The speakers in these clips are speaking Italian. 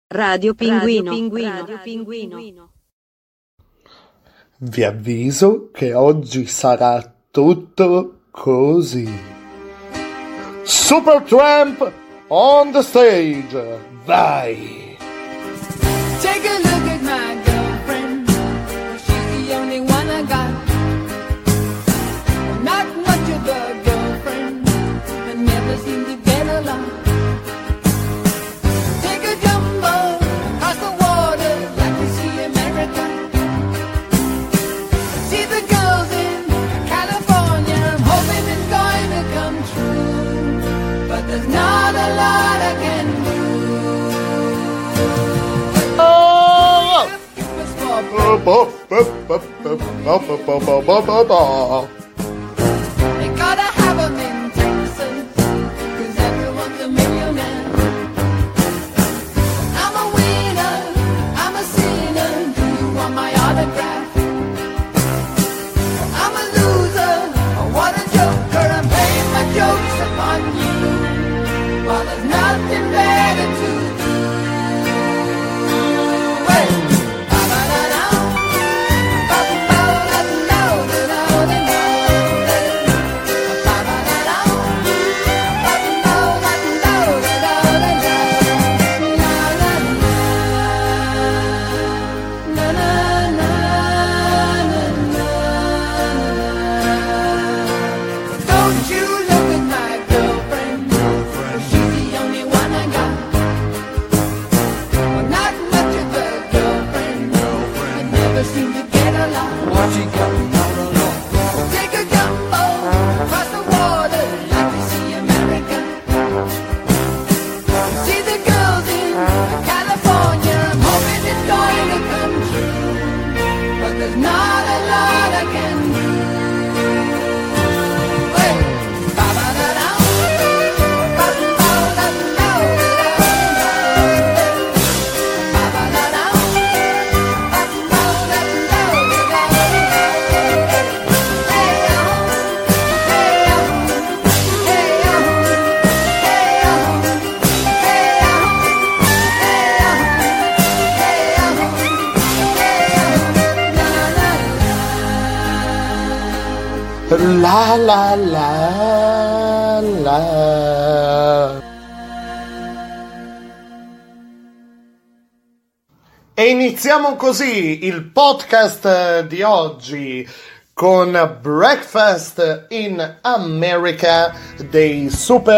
Radio Pinguino. Vi avviso che oggi sarà tutto così. Supertramp on the stage. Vai! Take a look at my girlfriend. She's the only one I got. Not much of a girlfriend, but never seem to get along. Take a jumbo across the water like we see America. See the girls in California. I'm hoping it's going to come true, but there's not a lot I can do. They gotta have 'em in Texas, 'cause everyone's a millionaire. I'm a winner, I'm a sinner, do you want my autograph? I'm a loser, what a joker, I'm playing my jokes upon you, while there's nothing better to do. La la la la. E iniziamo così il podcast di oggi con Breakfast in America dei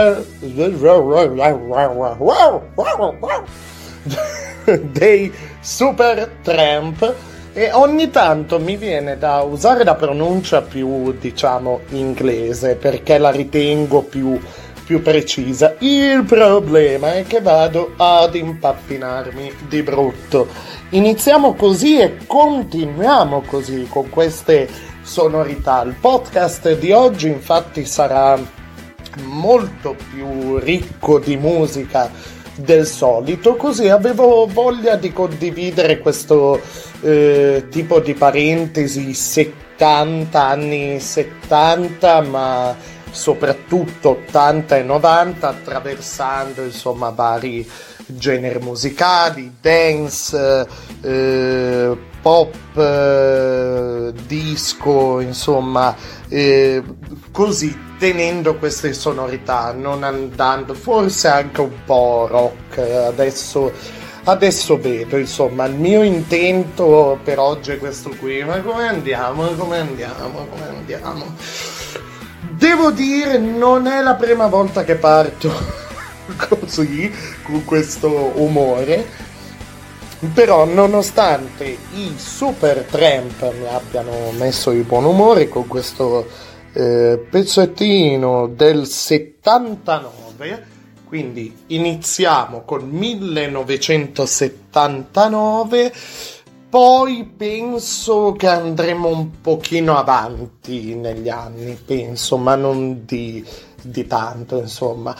Supertramp. E ogni tanto mi viene da usare la pronuncia più, diciamo, inglese, perché la ritengo più precisa. Il problema è che vado ad impappinarmi di brutto. Iniziamo così e continuiamo così, con queste sonorità. Il podcast di oggi infatti sarà molto più ricco di musica del solito, così avevo voglia di condividere questo tipo di parentesi 70 anni 70, ma soprattutto 80 e 90, attraversando insomma vari generi musicali, dance, pop, disco, insomma, così, tenendo queste sonorità, non andando, forse anche un po' rock, adesso vedo, insomma, il mio intento per oggi è questo qui. Ma come andiamo? Devo dire, non è la prima volta che parto così, con questo umore, però nonostante i Supertramp mi abbiano messo di buon umore con questo pezzettino del 79, quindi iniziamo con 1979, poi penso che andremo un pochino avanti negli anni, penso, ma non di tanto, insomma.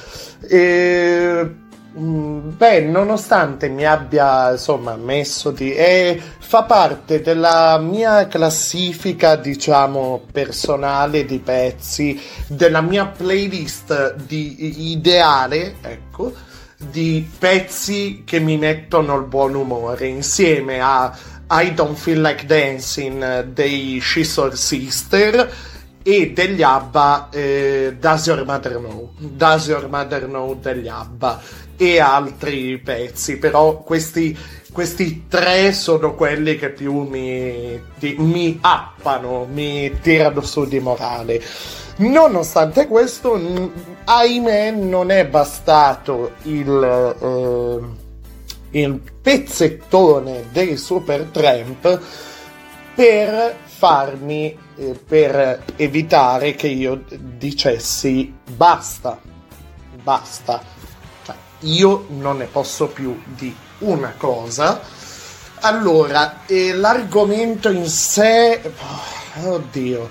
Nonostante mi abbia insomma messo fa parte della mia classifica, diciamo, personale di pezzi, della mia playlist ideale, ecco, di pezzi che mi mettono il buon umore, insieme a I Don't Feel Like Dancing dei She Soul Sister e degli ABBA, Does Your Mother Know? Does Your Mother Know degli ABBA e altri pezzi, però questi tre sono quelli che più mi appano, mi tirano su di morale. Nonostante questo, ahimè, non è bastato il pezzettone dei Supertramp per evitare che io dicessi basta, cioè, io non ne posso più di una cosa. Allora, l'argomento in sé, oddio,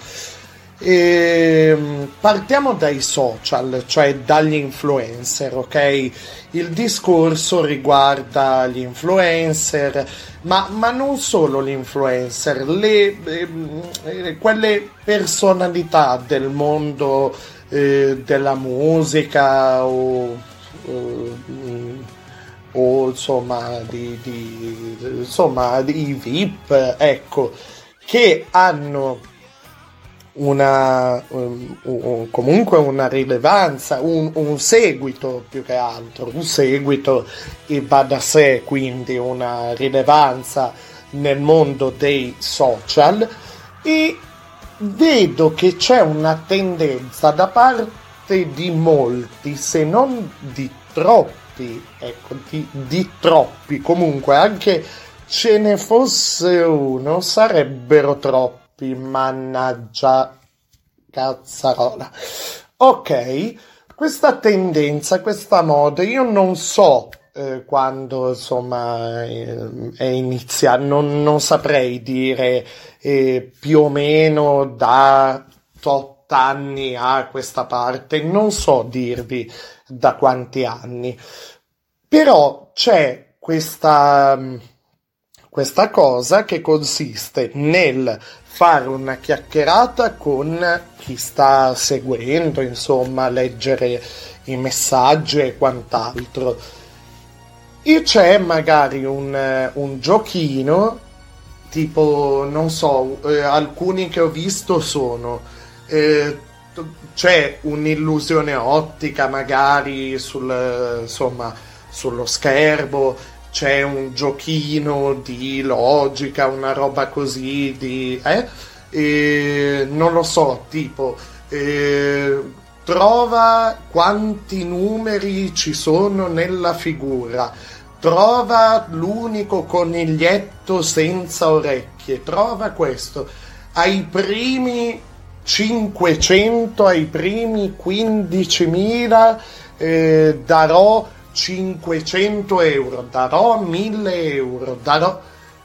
partiamo dai social, cioè dagli influencer, ok? Il discorso riguarda gli influencer, ma non solo gli influencer, quelle personalità del mondo della musica o insomma di VIP, ecco, che hanno comunque una rilevanza, un seguito, più che altro un seguito, e va da sé, quindi una rilevanza nel mondo dei social, e vedo che c'è una tendenza da parte di molti, se non di troppi, ecco, di troppi, comunque anche ce ne fosse uno sarebbero troppi, mannaggia cazzarola. Ok, questa tendenza, questa moda, io non so quando insomma è iniziata, non saprei dire più o meno da tot anni a questa parte, non so dirvi da quanti anni, però c'è questa cosa che consiste nel fare una chiacchierata con chi sta seguendo, insomma, leggere i messaggi e quant'altro, e c'è magari un giochino tipo, non so, alcuni che ho visto sono c'è un'illusione ottica magari sullo schermo, c'è un giochino di logica, una roba così, non lo so, tipo trova quanti numeri ci sono nella figura, trova l'unico coniglietto senza orecchie, trova questo, ai primi 500, ai primi 15.000 darò 500 euro, darò 1000 euro, darò.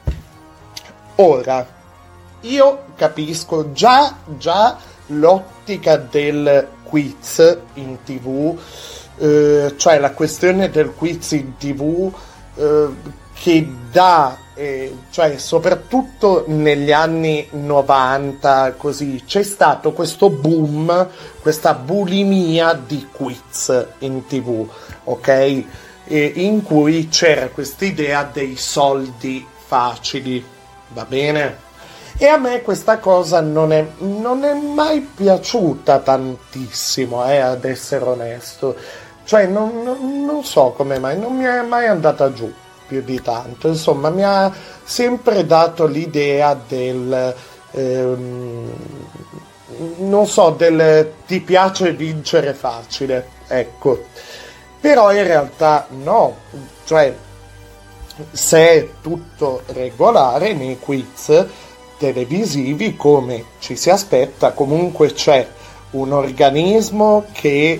Ora, io capisco già l'ottica del quiz in TV, cioè la questione del quiz in TV che dà, cioè soprattutto negli anni 90, così, c'è stato questo boom, questa bulimia di quiz in TV, ok? In cui c'era quest'idea dei soldi facili, va bene? E a me questa cosa non è mai piaciuta tantissimo, ad essere onesto. Cioè non so come mai, non mi è mai andata giù più di tanto. Insomma, mi ha sempre dato l'idea del non so, del ti piace vincere facile, ecco. Però in realtà no, cioè se è tutto regolare nei quiz televisivi, come ci si aspetta, comunque c'è un organismo che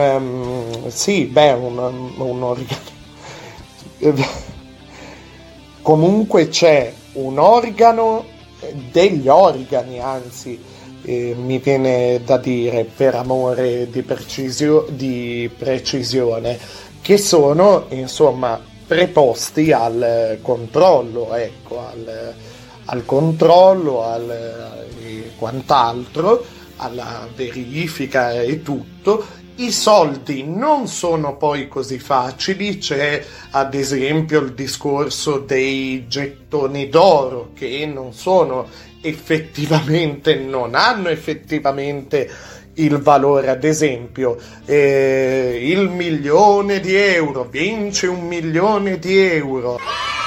comunque c'è un organo, degli organi, anzi, mi viene da dire, per amore di precisione, che sono insomma preposti al controllo, ecco, al controllo, e quant'altro, alla verifica e tutto, I soldi non sono poi così facili, c'è ad esempio il discorso dei gettoni d'oro che non hanno effettivamente il valore. Ad esempio il 1.000.000 di euro, vince 1.000.000 di euro,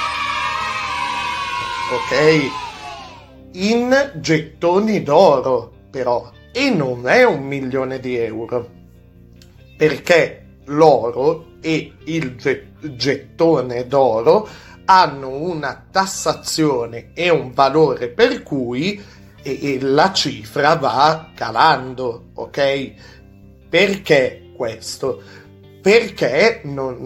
ok, in gettoni d'oro però, e non è 1.000.000 di euro, perché l'oro e il gettone d'oro hanno una tassazione e un valore per cui la cifra va calando, ok? Perché questo? Perché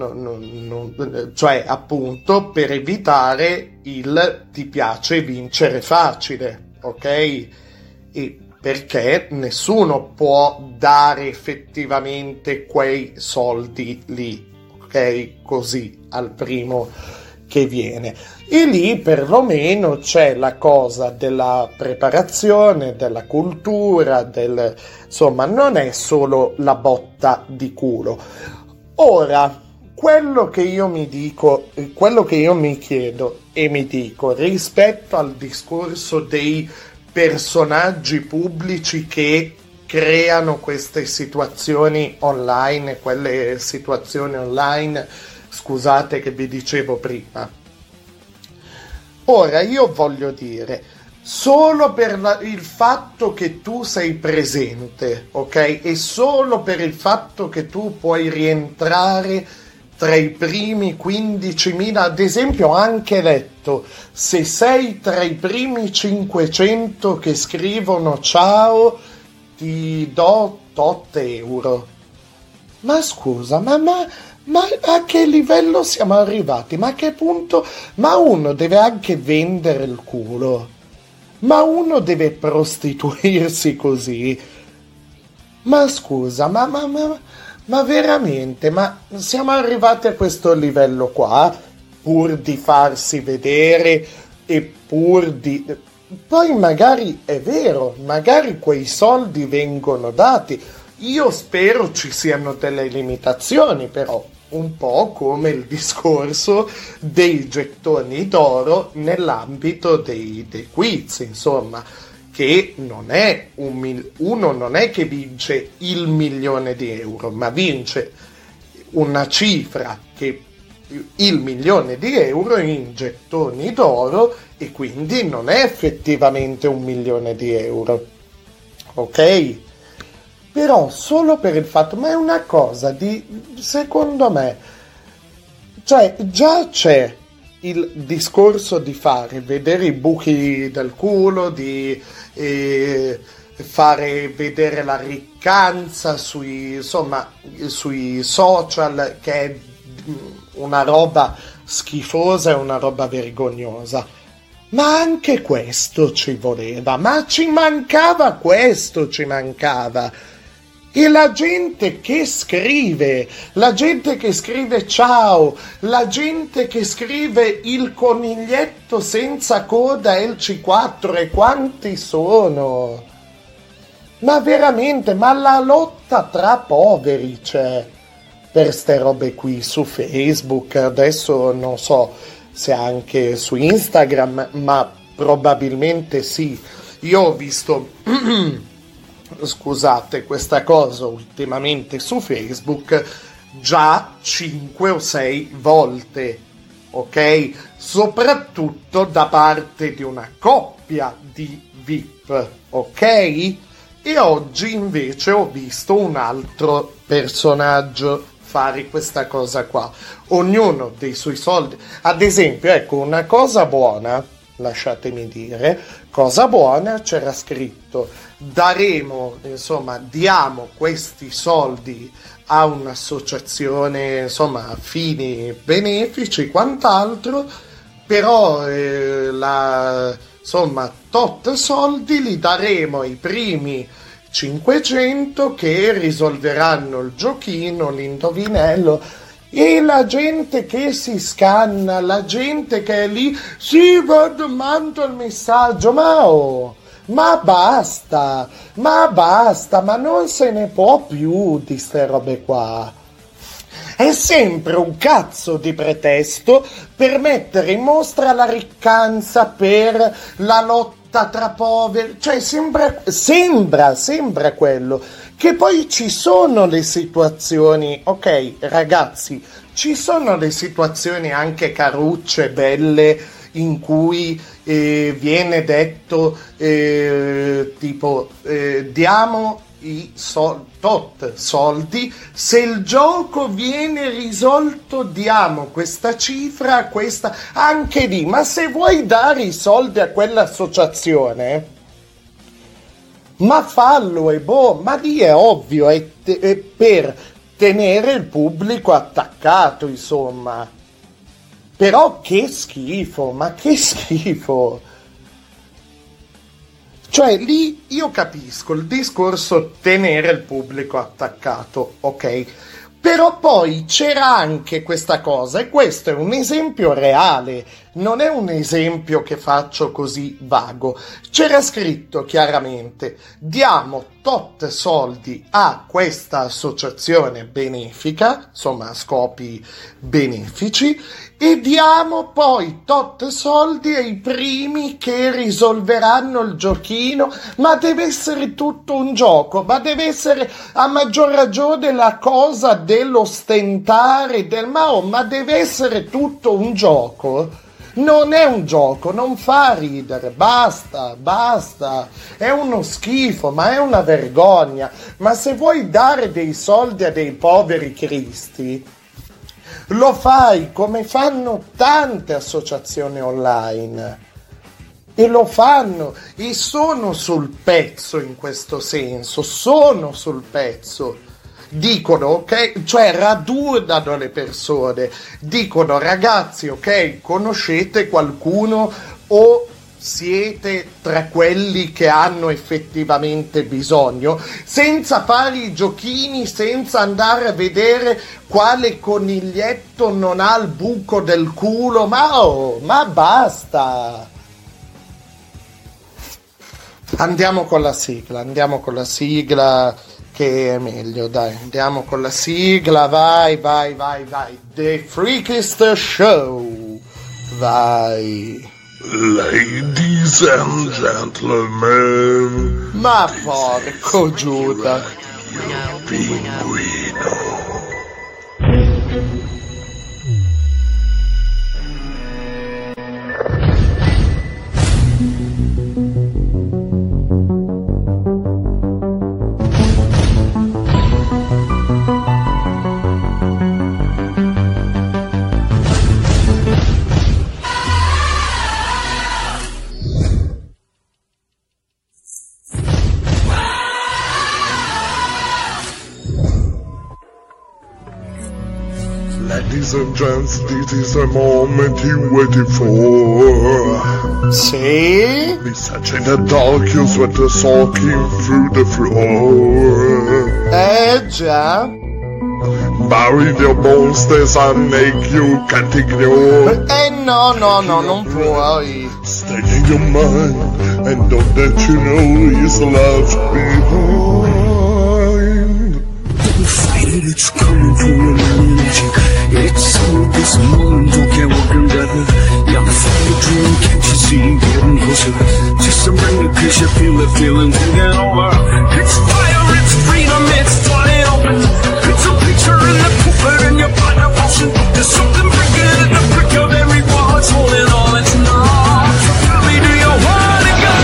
cioè appunto per evitare il ti piace vincere facile, ok? E perché nessuno può dare effettivamente quei soldi lì, ok? Così al primo che viene. E lì perlomeno c'è la cosa della preparazione, della cultura, insomma, non è solo la botta di culo. Ora, quello che io mi chiedo e mi dico rispetto al discorso dei personaggi pubblici che creano queste situazioni online, quelle situazioni online, scusate, che vi dicevo prima. Ora io voglio dire, solo per il fatto che tu sei presente, ok? E solo per il fatto che tu puoi rientrare tra i primi 15.000, ad esempio ho anche letto, se sei tra i primi 500 che scrivono ciao ti do tot euro. Ma scusa, ma a che livello siamo arrivati? Ma a che punto? Ma uno deve anche vendere il culo? Ma uno deve prostituirsi così? Ma scusa, ma veramente? Ma siamo arrivati a questo livello qua pur di farsi vedere e pur di... Poi magari è vero, magari quei soldi vengono dati. Io spero ci siano delle limitazioni, però un po' come il discorso dei gettoni d'oro nell'ambito dei quiz, insomma, che non è uno non è che vince il 1.000.000 di euro, ma vince una cifra che il 1.000.000 di euro in gettoni d'oro, e quindi non è effettivamente 1.000.000 di euro, ok? Però solo per il fatto, ma è una cosa di, secondo me, cioè già c'è il discorso di fare vedere i buchi del culo, di fare vedere la riccanza sui social, che è una roba schifosa e una roba vergognosa. Ma anche questo ci voleva, ma ci mancava questo, ci mancava. E la gente che scrive ciao, la gente che scrive il coniglietto senza coda e il C4, e quanti sono? Ma veramente, ma la lotta tra poveri c'è per ste robe qui su Facebook, adesso non so se anche su Instagram, ma probabilmente sì. Io ho visto... scusate, questa cosa ultimamente su Facebook già 5 o 6 volte, ok? Soprattutto da parte di una coppia di VIP, ok? E oggi invece ho visto un altro personaggio fare questa cosa qua, ognuno dei suoi soldi. Ad esempio, ecco, una cosa buona, lasciatemi dire, cosa buona, c'era scritto: diamo questi soldi a un'associazione, insomma, a fini benefici, quant'altro, però tot soldi li daremo ai primi 500 che risolveranno il giochino, l'indovinello. E la gente che si scanna, la gente che è lì, sì, mando il messaggio, ma basta, ma non se ne può più di ste robe qua. È sempre un cazzo di pretesto per mettere in mostra la riccanza, per la lotta tra poveri, cioè sembra quello. Che poi ci sono le situazioni, ok ragazzi, ci sono le situazioni anche carucce, belle, in cui viene detto tipo diamo i tot soldi, se il gioco viene risolto diamo questa cifra a questa, anche lì, ma se vuoi dare i soldi a quell'associazione, ma fallo, e ma lì è ovvio, è per tenere il pubblico attaccato, insomma. Però che schifo, ma che schifo. Cioè lì io capisco il discorso tenere il pubblico attaccato, ok? Però poi c'era anche questa cosa, e questo è un esempio reale, non è un esempio che faccio così vago. C'era scritto chiaramente: diamo tot soldi a questa associazione benefica, insomma a scopi benefici, e diamo poi tot soldi ai primi che risolveranno il giochino. Ma deve essere tutto un gioco, ma deve essere a maggior ragione la cosa dell'ostentare, ma deve essere tutto un gioco. Non è un gioco, non fa ridere, basta, è uno schifo, ma è una vergogna. Ma se vuoi dare dei soldi a dei poveri cristi, lo fai come fanno tante associazioni online, e lo fanno, e sono sul pezzo in questo senso, sono sul pezzo. Dicono, ok, cioè radunano le persone, dicono: ragazzi, ok, conoscete qualcuno o siete tra quelli che hanno effettivamente bisogno, senza fare i giochini, senza andare a vedere quale coniglietto non ha il buco del culo, ma basta. Andiamo con la sigla, che è meglio, dai, andiamo con la sigla, vai. The Freakist Show, vai. Ladies and gentlemen, ma porco Giuda, Pinguino. Ladies and gents, this is the moment you waited for. Sì? Such in the dark, you sweat the soaking through the floor. Già. Bury your monsters and make you can't ignore. No, non puoi. Stay in your mind and don't let you know it's left behind. Don't fight it, it's coming from your energy. It's all this moment, don't care what can gather. Young fire dream, can't you see, getting closer. Just surrender, cause you feel the feeling, can't get over. It's fire, it's freedom, it's flying open. It's a picture in the pulpit and your blood devotion. There's something breaking in the brick of every wall, it's holding all it's not. Tell me, do you wanna go?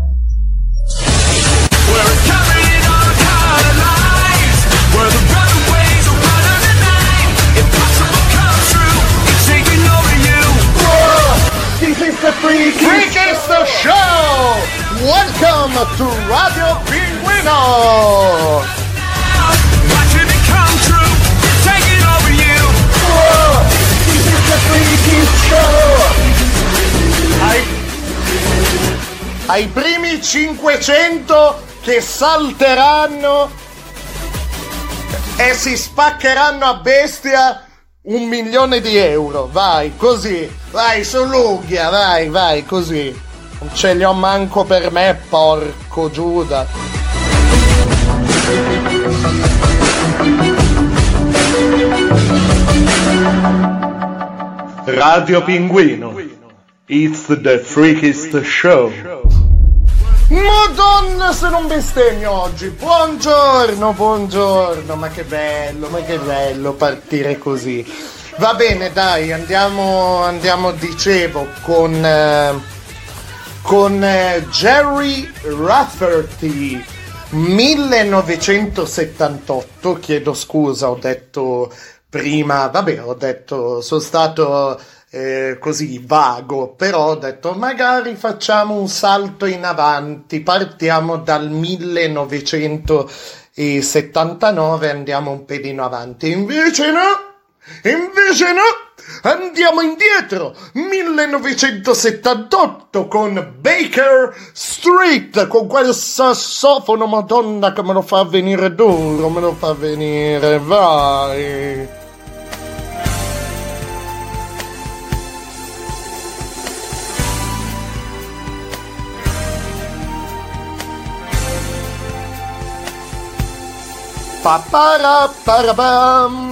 We're carrying on kind of lies, where the runaways are running the night. Impossible come true, it's taking over you. This is the Freakist Show! Welcome to Radio Pinguino! Watching it come true, it's taking over you. This is the Freakist Show! Ai primi 500 che salteranno e si spaccheranno a bestia €1.000.000. Vai, così. Vai, sull'unghia, vai, così. Non ce li ho manco per me, porco Giuda. Radio Pinguino. It's the freakiest show. Madonna se non bestemmio oggi. Buongiorno, ma che bello partire così. Va bene, dai, andiamo dicevo con Gerry Rafferty 1978, chiedo scusa, ho detto prima, sono stato così vago, però ho detto magari facciamo un salto in avanti, partiamo dal 1979 e andiamo un pedino avanti, invece no, andiamo indietro, 1978 con Baker Street, con quel sassofono, madonna che me lo fa venire duro, vai. Pa-para-para-bam.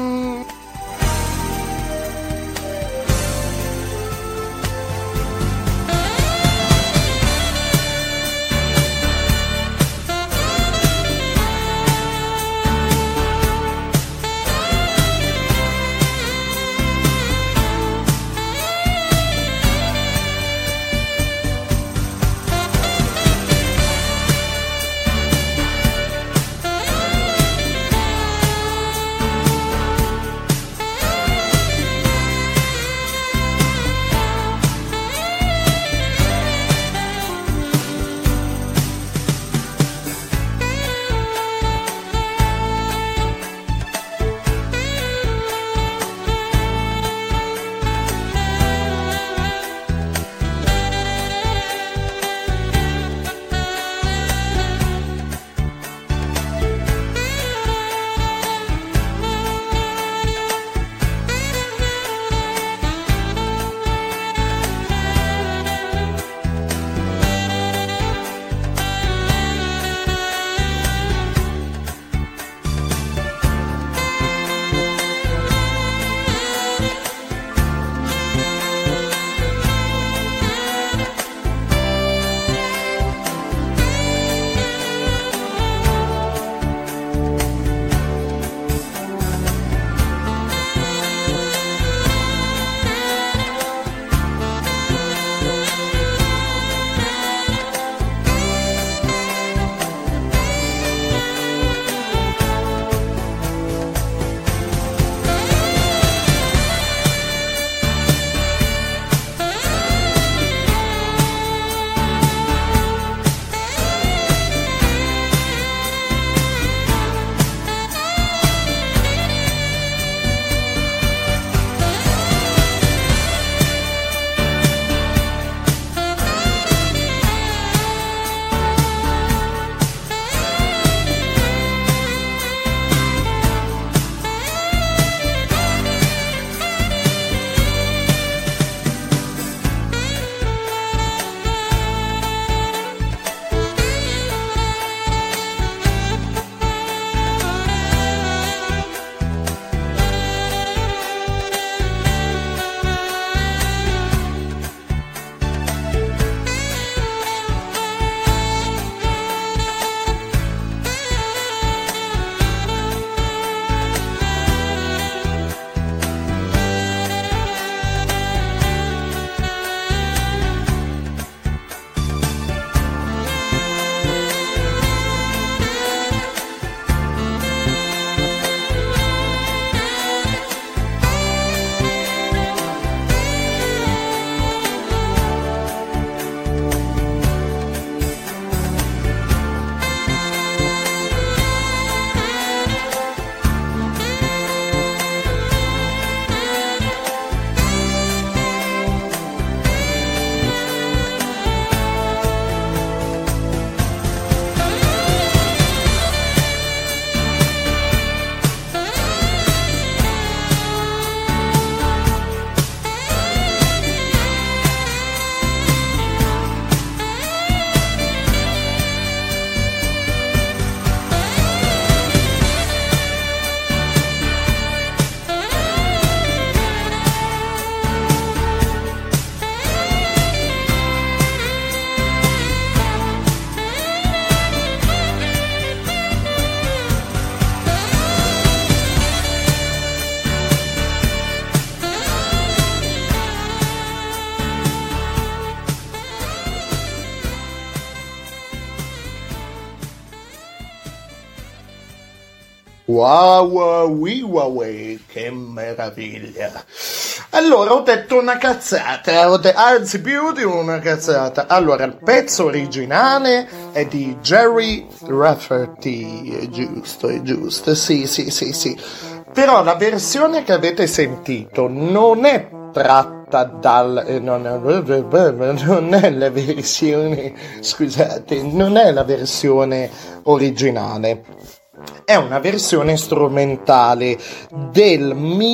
Wow, che meraviglia. Allora, ho detto una cazzata, anzi più di una cazzata. Allora, il pezzo originale è di Gerry Rafferty, è giusto, sì. Però la versione che avete sentito non è tratta non è la versione, scusate, non è la versione originale. È una versione strumentale del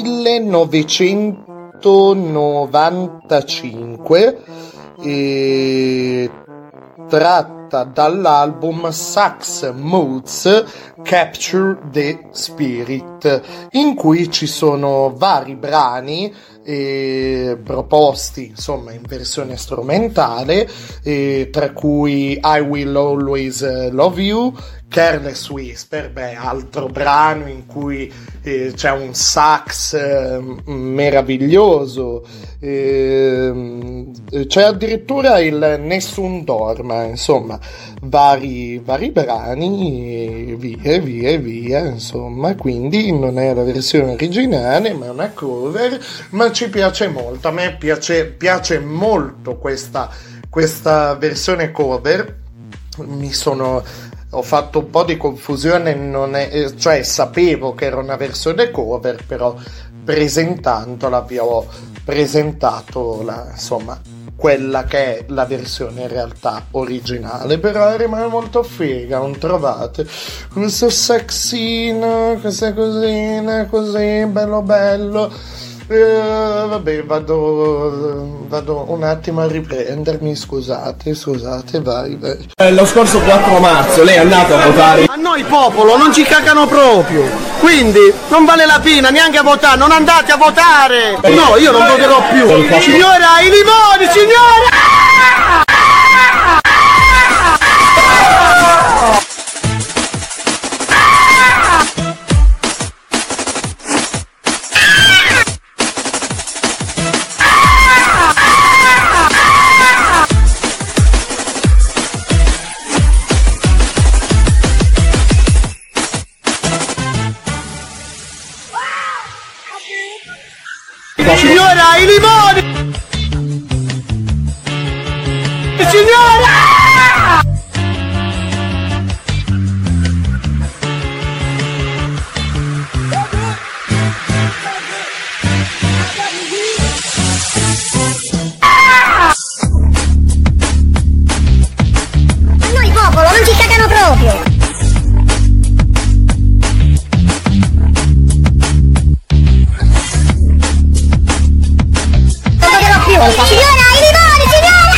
1995, tratta dall'album Sax Moods Capture the Spirit, in cui ci sono vari brani proposti insomma in versione strumentale, tra cui I Will Always Love You, Careless Whisper, altro brano in cui c'è un sax meraviglioso, c'è addirittura il Nessun Dorma, insomma vari brani, via, insomma, quindi non è la versione originale ma è una cover, ma ci piace molto, a me piace molto questa versione cover. Ho fatto un po' di confusione, cioè sapevo che era una versione cover, però presentandola vi ho presentato quella che è la versione in realtà originale, però rimane molto figa, non trovate? Questo sexino, questa cosina, così, bello. Vabbè, vado un attimo a riprendermi, scusate, vai. Lo scorso 4 marzo lei è andato a votare. A noi popolo non ci cagano proprio, quindi non vale la pena neanche a votare, non andate a votare. No, io non voterò più. Signora, i limoni, signora! Signora, i limoni! Signora! A noi popolo non ci cagano proprio! Signora, i limoni, signora!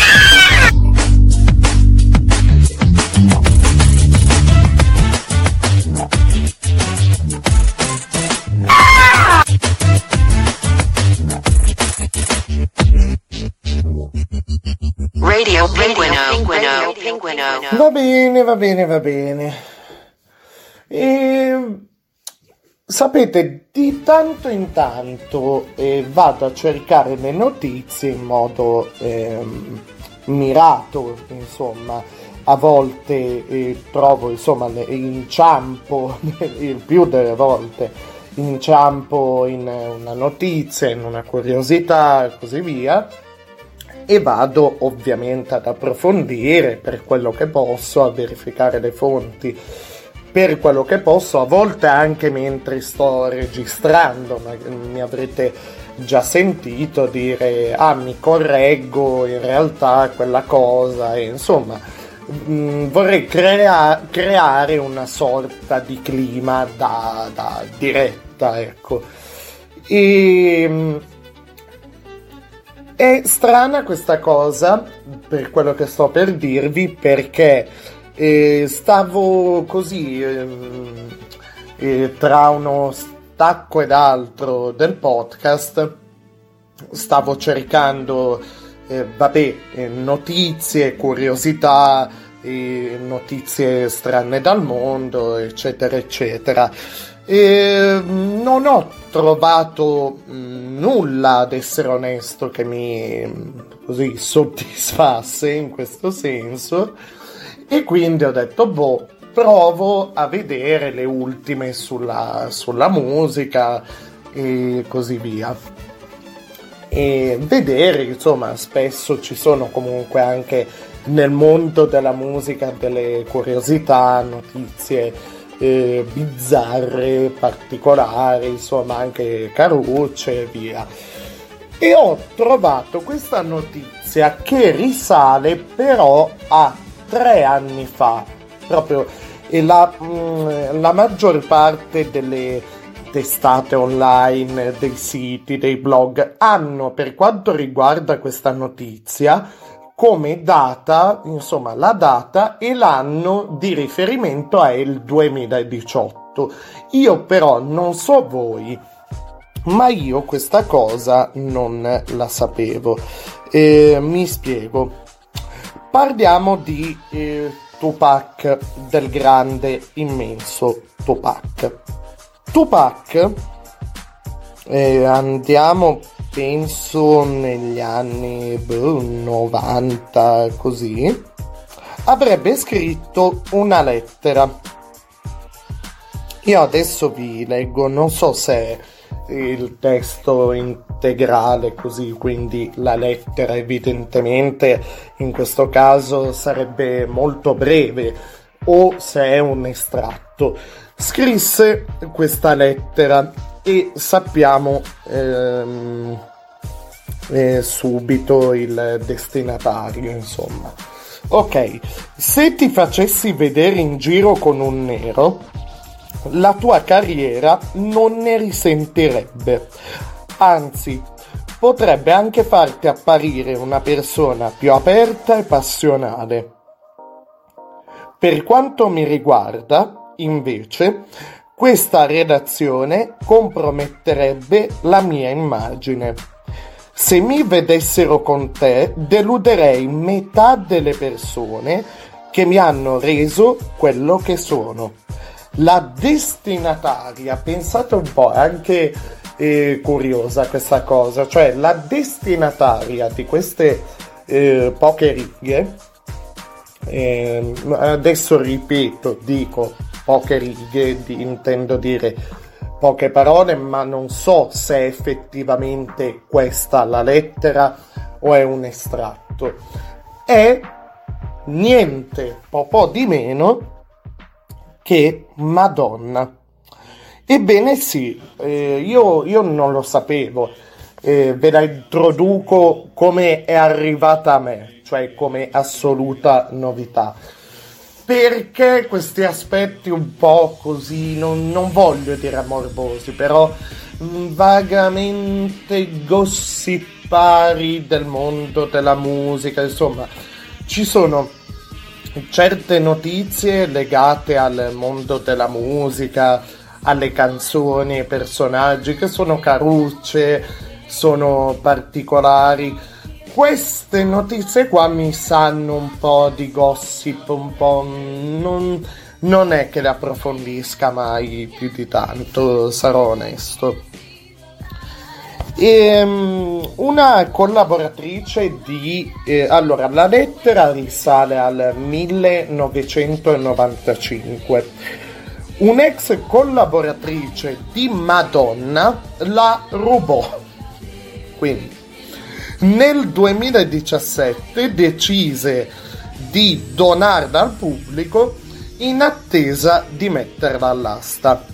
Radio Pinguino. Va bene. Sapete, di tanto in tanto vado a cercare le notizie in modo mirato, insomma, a volte trovo, insomma, inciampo, il più delle volte inciampo in una notizia, in una curiosità e così via, e vado ovviamente ad approfondire per quello che posso, a verificare le fonti per quello che posso, a volte anche mentre sto registrando, ma mi avrete già sentito dire mi correggo in realtà quella cosa, e insomma vorrei creare una sorta di clima da diretta, ecco. È strana questa cosa, per quello che sto per dirvi, perché stavo così tra uno stacco ed altro del podcast, stavo cercando notizie, curiosità, notizie strane dal mondo, eccetera eccetera. Non ho trovato nulla, ad essere onesto, che mi così soddisfasse in questo senso, e quindi ho detto provo a vedere le ultime sulla musica e così via. E vedere, insomma, spesso ci sono comunque anche nel mondo della musica delle curiosità, notizie bizzarre, particolari, insomma anche carucce e via. E ho trovato questa notizia che risale però a 3 anni fa, proprio, e la maggior parte delle testate online, dei siti, dei blog hanno, per quanto riguarda questa notizia, come data, insomma, la data e l'anno di riferimento è il 2018. Io però non so voi, ma io questa cosa non la sapevo. Mi spiego. Parliamo di Tupac, del grande, immenso Tupac. Tupac, andiamo, penso negli anni 90, così, avrebbe scritto una lettera. Io adesso vi leggo, non so se il testo integrale così, quindi la lettera evidentemente in questo caso sarebbe molto breve, o se è un estratto. Scrisse questa lettera e sappiamo subito il destinatario, insomma. Ok, se ti facessi vedere in giro con un nero, la tua carriera non ne risentirebbe, anzi potrebbe anche farti apparire una persona più aperta e passionale. Per quanto mi riguarda, invece, questa redazione comprometterebbe la mia immagine. Se mi vedessero con te, deluderei metà delle persone che mi hanno reso quello che sono. La destinataria, pensate un po', è anche curiosa questa cosa, cioè la destinataria di queste poche righe, adesso ripeto, dico poche righe, intendo dire poche parole, ma non so se è effettivamente questa la lettera o è un estratto. È niente po' di meno che Madonna. Ebbene sì, io non lo sapevo, ve la introduco come è arrivata a me, cioè come assoluta novità, perché questi aspetti un po' così, non voglio dire morbosi, però vagamente gossipari del mondo della musica, insomma, ci sono certe notizie legate al mondo della musica, alle canzoni, ai personaggi che sono carucce, sono particolari. Queste notizie qua mi sanno un po' di gossip, un po' non è che le approfondisca mai più di tanto, sarò onesto. Una collaboratrice allora, la lettera risale al 1995. Un'ex collaboratrice di Madonna la rubò. Quindi nel 2017 decise di donarla al pubblico in attesa di metterla all'asta.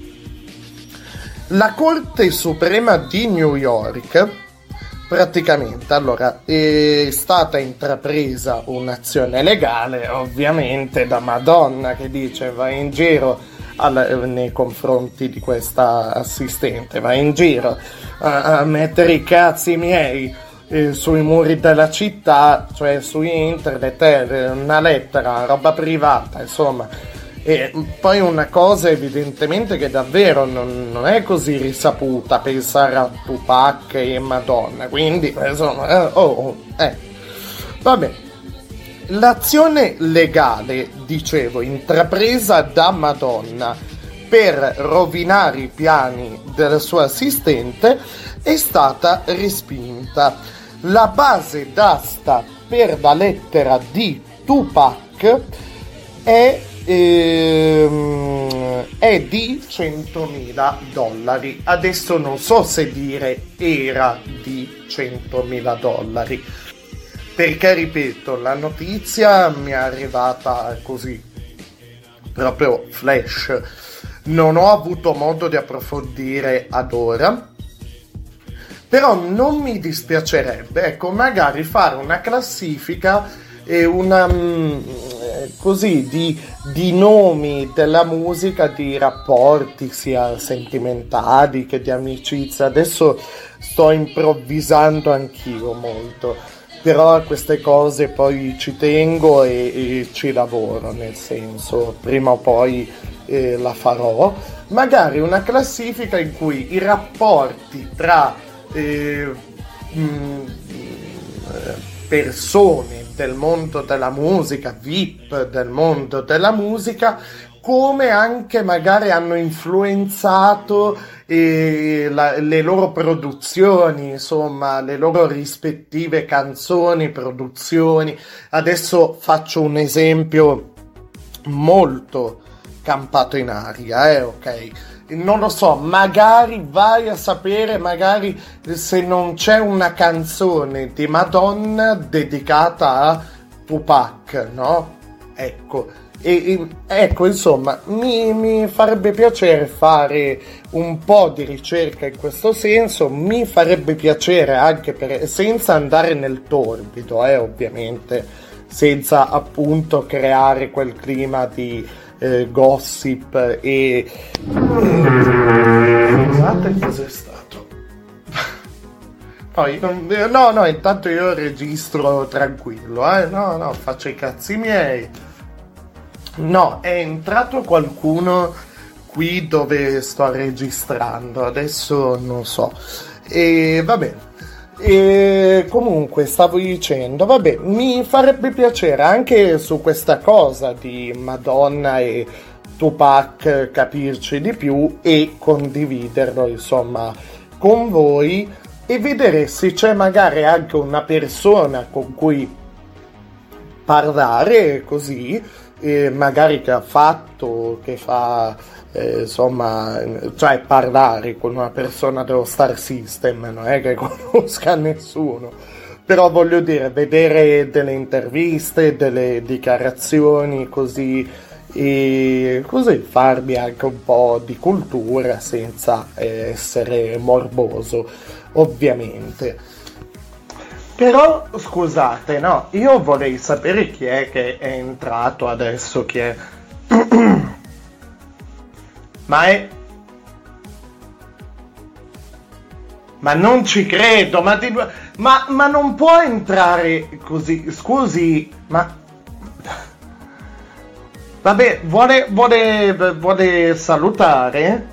La Corte Suprema di New York, praticamente, allora, è stata intrapresa un'azione legale, ovviamente, da Madonna, che dice vai in giro nei confronti di questa assistente, vai in giro a mettere i cazzi miei sui muri della città, cioè su internet, una lettera, una roba privata, insomma. E poi una cosa evidentemente che davvero non è così risaputa, pensare a Tupac e Madonna, quindi insomma vabbè. L'azione legale, dicevo, intrapresa da Madonna per rovinare i piani della sua assistente è stata respinta. La base d'asta per la lettera di Tupac è è di $100.000. Adesso non so se dire era di $100.000, perché ripeto, la notizia mi è arrivata così, proprio flash, non ho avuto modo di approfondire ad ora, però non mi dispiacerebbe, ecco, magari fare una classifica e una così di nomi della musica, di rapporti sia sentimentali che di amicizia. Adesso sto improvvisando anch'io molto, però a queste cose poi ci tengo e ci lavoro, nel senso, prima o poi la farò. Magari una classifica in cui i rapporti tra persone del mondo della musica, VIP del mondo della musica, come anche magari hanno influenzato le loro produzioni, insomma, le loro rispettive canzoni, produzioni. Adesso faccio un esempio molto campato in aria, ok? Non lo so, magari vai a sapere, magari se non c'è una canzone di Madonna dedicata a Tupac, no? Ecco, ecco, insomma, mi farebbe piacere fare un po' di ricerca in questo senso, mi farebbe piacere anche senza andare nel torbido, ovviamente, senza appunto creare quel clima di gossip e scusate, cos'è stato? Poi no, intanto io registro tranquillo, no, faccio i cazzi miei. No, è entrato qualcuno qui dove sto registrando, adesso non so, e va bene. E comunque stavo dicendo, vabbè, mi farebbe piacere anche su questa cosa di Madonna e Tupac capirci di più e condividerlo, insomma, con voi, e vedere se c'è magari anche una persona con cui parlare così, magari che fa insomma, cioè parlare con una persona dello Star System non è che conosca nessuno, però voglio dire, vedere delle interviste, delle dichiarazioni così, e così farmi anche un po' di cultura senza essere morboso, ovviamente. Però scusate, no, io vorrei sapere chi è che è entrato adesso, chi è. Ma non ci credo, ma non può entrare così, scusi, ma vabbè, vuole salutare?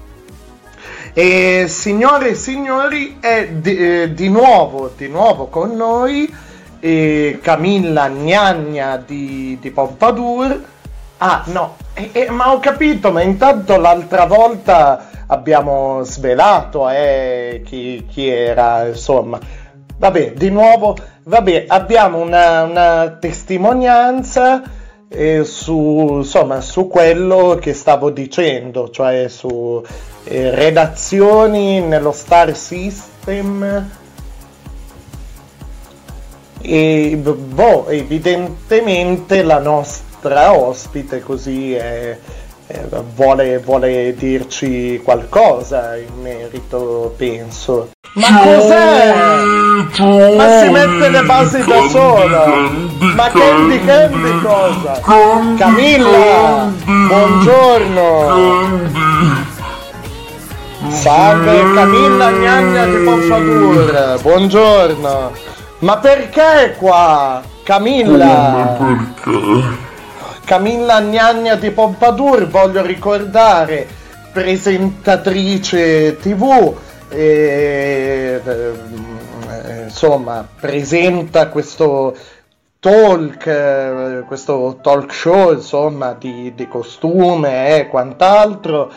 E signore e signori, è di nuovo con noi Camilla Gnagna di Pompadour. Ah no, ma ho capito, ma intanto l'altra volta abbiamo svelato chi era, insomma. Vabbè, di nuovo, abbiamo una testimonianza su quello che stavo dicendo, cioè su redazioni nello Star System, e evidentemente la nostra ospite così vuole dirci qualcosa in merito, penso. Ma cos'è? Ma si mette le basi da sola. Ma Candy cosa? Camilla, buongiorno. Salve Camilla Gnagna di Pompadour, buongiorno. Ma perché qua? Camilla? Perché? Camilla Gnagna di Pompadour, voglio ricordare, presentatrice TV, insomma, presenta questo talk show, insomma, di costume e quant'altro,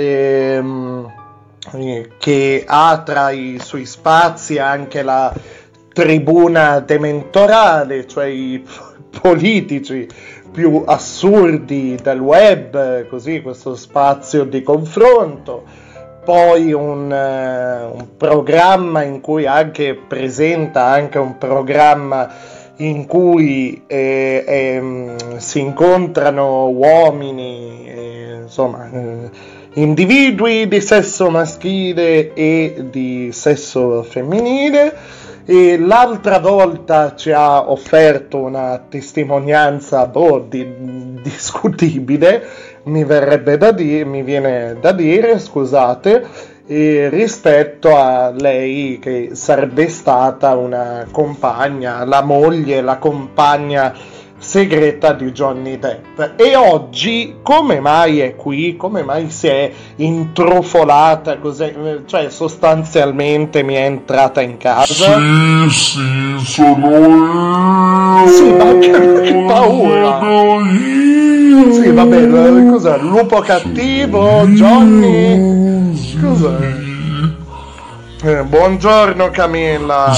che ha tra i suoi spazi anche la tribuna dementorale, cioè i politici più assurdi del web, così questo spazio di confronto. Poi un programma in cui presenta anche un programma in cui si incontrano uomini, insomma, individui di sesso maschile e di sesso femminile. E l'altra volta ci ha offerto una testimonianza discutibile, mi viene da dire, scusate, rispetto a lei che sarebbe stata una compagna, la moglie, la compagna segreta di Johnny Depp. E oggi come mai è qui? Come mai si è intrufolata così? Cioè sostanzialmente mi è entrata in casa? Sì, sono io. Sì, ma che paura! Sì, va bene, cos'è? Lupo cattivo? Johnny? Cos'è? Buongiorno Camilla.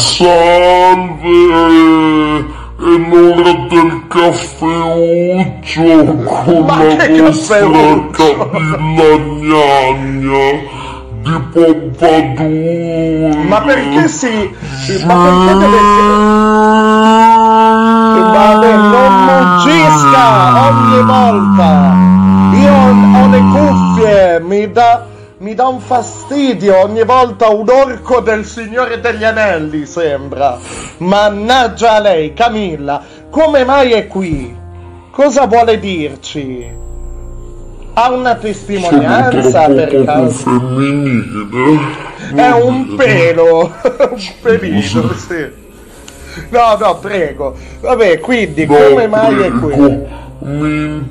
Salve. È l'ora del caffeuccio con Ma la che vostra caffeuccio? Camilla Gnagna di Pompadour. Ma perché sì? Ma perché deve... Vabbè, non muggisca ogni volta. Io ho le cuffie, mi dà un fastidio ogni volta, un orco del Signore degli Anelli sembra. Mannaggia a lei, Camilla, come mai è qui? Cosa vuole dirci? Ha una testimonianza per caso? Femminile. È un pelo, un pelino, sì. No, prego. Vabbè, quindi come mai è qui? Mi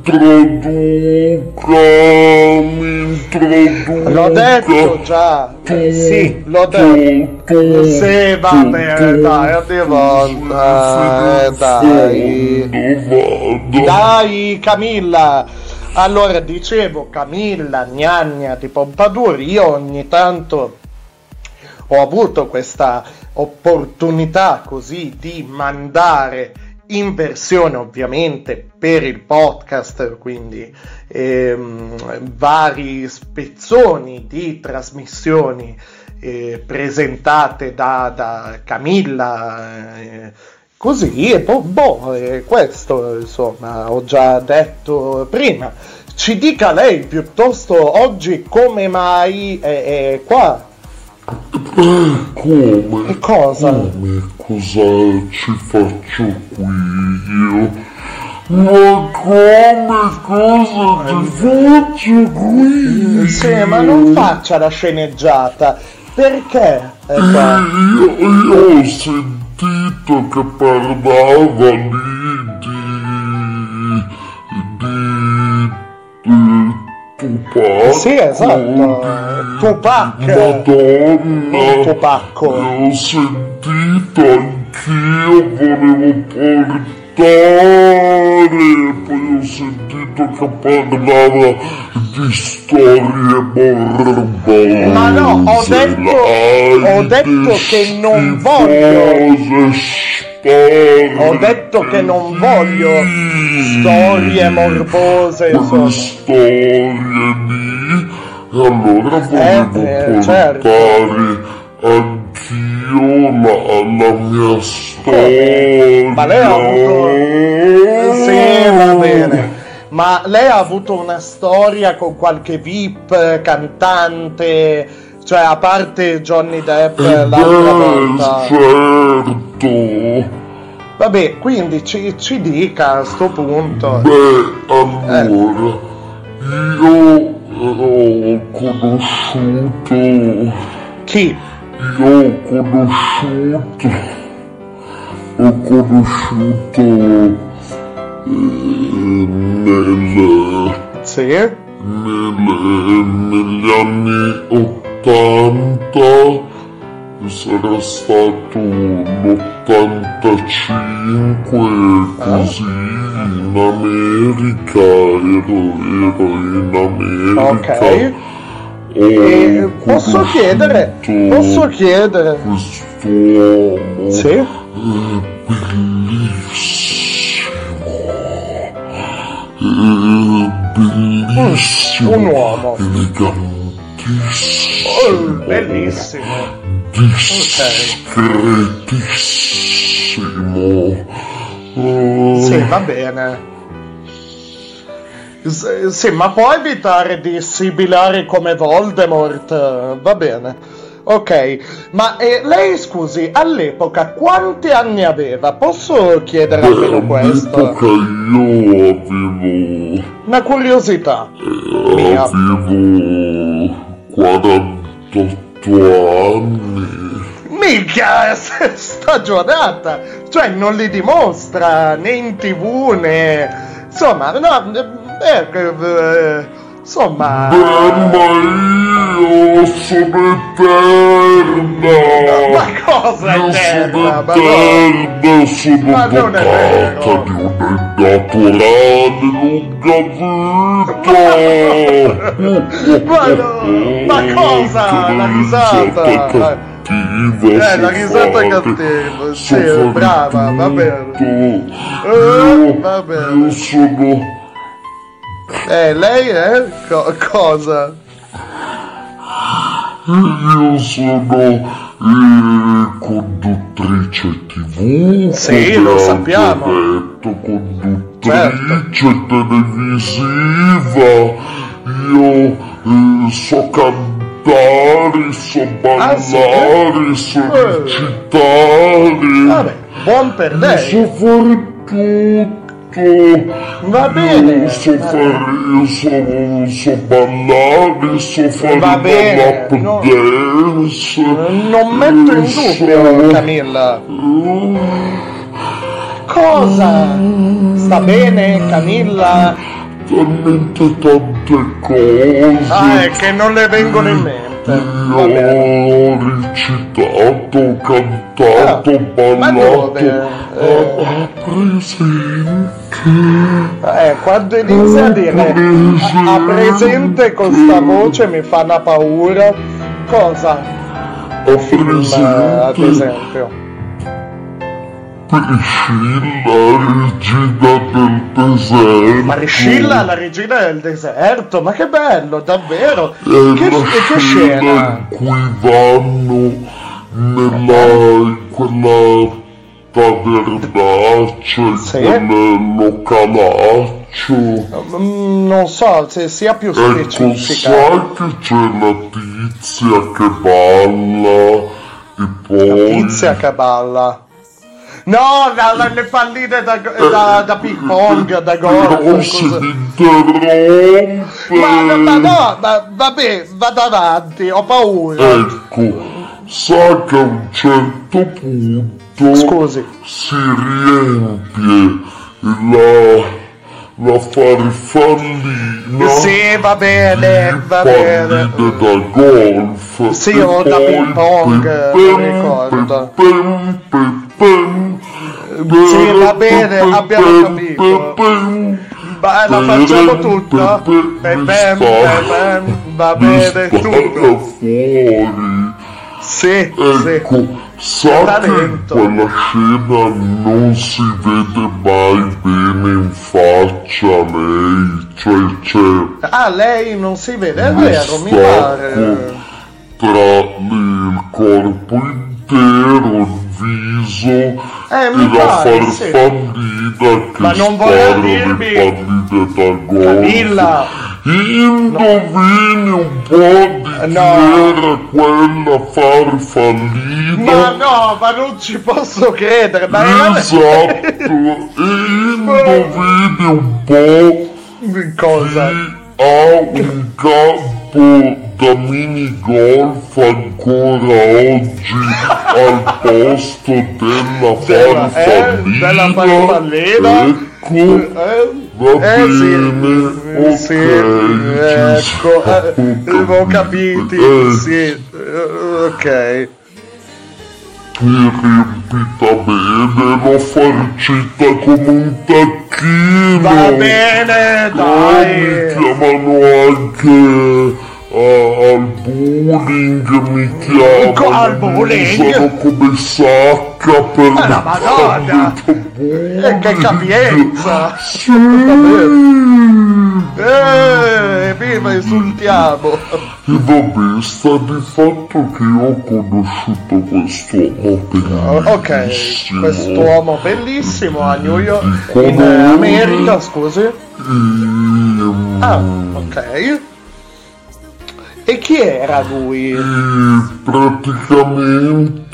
introduca. L'ho detto già. Sì, l'ho detto. Sì, va bene, dai, ogni volta. Dai. Dai, Camilla. Allora, dicevo, Camilla Gnagna di Pompadour, io ogni tanto ho avuto questa opportunità così di mandare in versione ovviamente per il podcast, quindi vari spezzoni di trasmissioni presentate da Camilla, così, e questo insomma ho già detto prima. Ci dica lei piuttosto oggi come mai è qua. Come? E cosa? Cosa ci faccio qui io? Ma cosa ci faccio qui? Sì, ma non faccia la sceneggiata. Perché? Io ho sentito che parlava lì di Tupac. Sì, esatto. Tupac. Madonna. Tupacco. Ho sentito anch'io, volevo portare. Poi ho sentito che parlava di storie morbose. Ma no, ho detto che non voglio. Ho detto che non voglio storie morbose, insomma. Storie lì, e allora volevo portare certo. anch'io la mia storia. Ma lei ha avuto... Sì, va bene. Ma lei ha avuto una storia con qualche VIP, cantante, cioè a parte Johnny Depp l'altra volta? Certo. Vabbè, quindi ci dica a sto punto. Allora, io ho conosciuto... Chi? Io ho conosciuto negli anni 80, sarà stato l'85, così in America, ero in America. Ok. Posso chiedere? Quest'uomo sì? bellissimo, bellissimo, un uomo. elegantissimo, Bellissimo. discretissimo. Sì, va bene. Sì, ma può evitare di sibilare come Voldemort? Va bene. Ok, ma lei, scusi, all'epoca quanti anni aveva? Posso chiedere almeno questo? All'epoca io avevo... Una curiosità mia. Avevo 48 anni. Minchia, stagionata! Cioè, non li dimostra né in TV né... Insomma, no... insomma... Ma io sono eterna! Ma cosa Io eterna? sono eterna, sono Ma non è dotata vero. di una naturale lunga vita! Ma no, ma cosa? La risata? La risata cattiva, sì, brava, va bene. Va bene. Io sono... Lei è? Cosa? Io sono conduttrice TV, Sì, come lo ho sappiamo. detto, conduttrice televisiva. Io so cantare, so ballare, sì? so recitare. Vabbè, buon per So lei. fare tutto. Va bene. Io so ballare, so fare Va bene, la lap dance. Non metto in dubbio, Camilla. Cosa? Sta bene, Camilla? Talmente tante cose. Ah, è che non le vengono in mente. Va bene. Io ho recitato, ho cantato, Ma ballato. dove? Presente. Quando inizia a dire ha presente con sta voce mi fa una paura. Cosa? Ho Film, ad presente. esempio. Priscilla, regina del deserto. Ma Priscilla, la regina del deserto, ma che bello, davvero! È la Che scena! in cui vanno in quella tavernaccia, in Sì? quel localaccio. Non so se sia più Ecco, specifica. sai che c'è la tizia che balla e poi... Tizia che balla. No, le palline da ping pong, da golf. Non si cosa- mi interrompe. Ma no, vabbè, vado avanti, ho paura. Ecco, sa che a un certo punto Scusi. si riempie la farfallina Sì, va bene, va bene. palline da golf. Sì, e o da poi ping pong, pem, mi ricordo. pem, pem, pem, Sì, va bene, pem, abbiamo pem, capito. pem, pem. Ma la facciamo tutta? Va bene, tutto. Fuori. Sì, Ecco, sa che in Talento. quella scena non si vede mai bene in faccia a lei, cioè c'è Ah, lei non si vede, è uno vero, mi stacco pare. tra il corpo intero, il viso e mi la pare, sì. farfallina che Ma non spara voleva le dirmi- palline da golf. Camilla. Indovini un po' di chi No. era quella farfallina? Ma no, ma non ci posso credere, ma era Esatto, indovini un po' cosa? chi ha un campo da minigolf ancora oggi al posto della farfallina. Della farfallina? Ecco, va bene, sì, ok, ci ecco, siamo ho capito, sì, ok. Ti riempita bene, l'ho farcita come un tacchino. Va bene, Mi dai. chiamano anche al bullying mi chiamano, al bullying? mi usano come sacca per la Madonna! Che capienza! Sì! Viva, insultiamo! E vabbè, sta di fatto che io ho conosciuto quest'uomo bellissimo. Ok, quest'uomo bellissimo a New York, Dicono- in America, scusi. Ah, ok. E chi era lui? Praticamente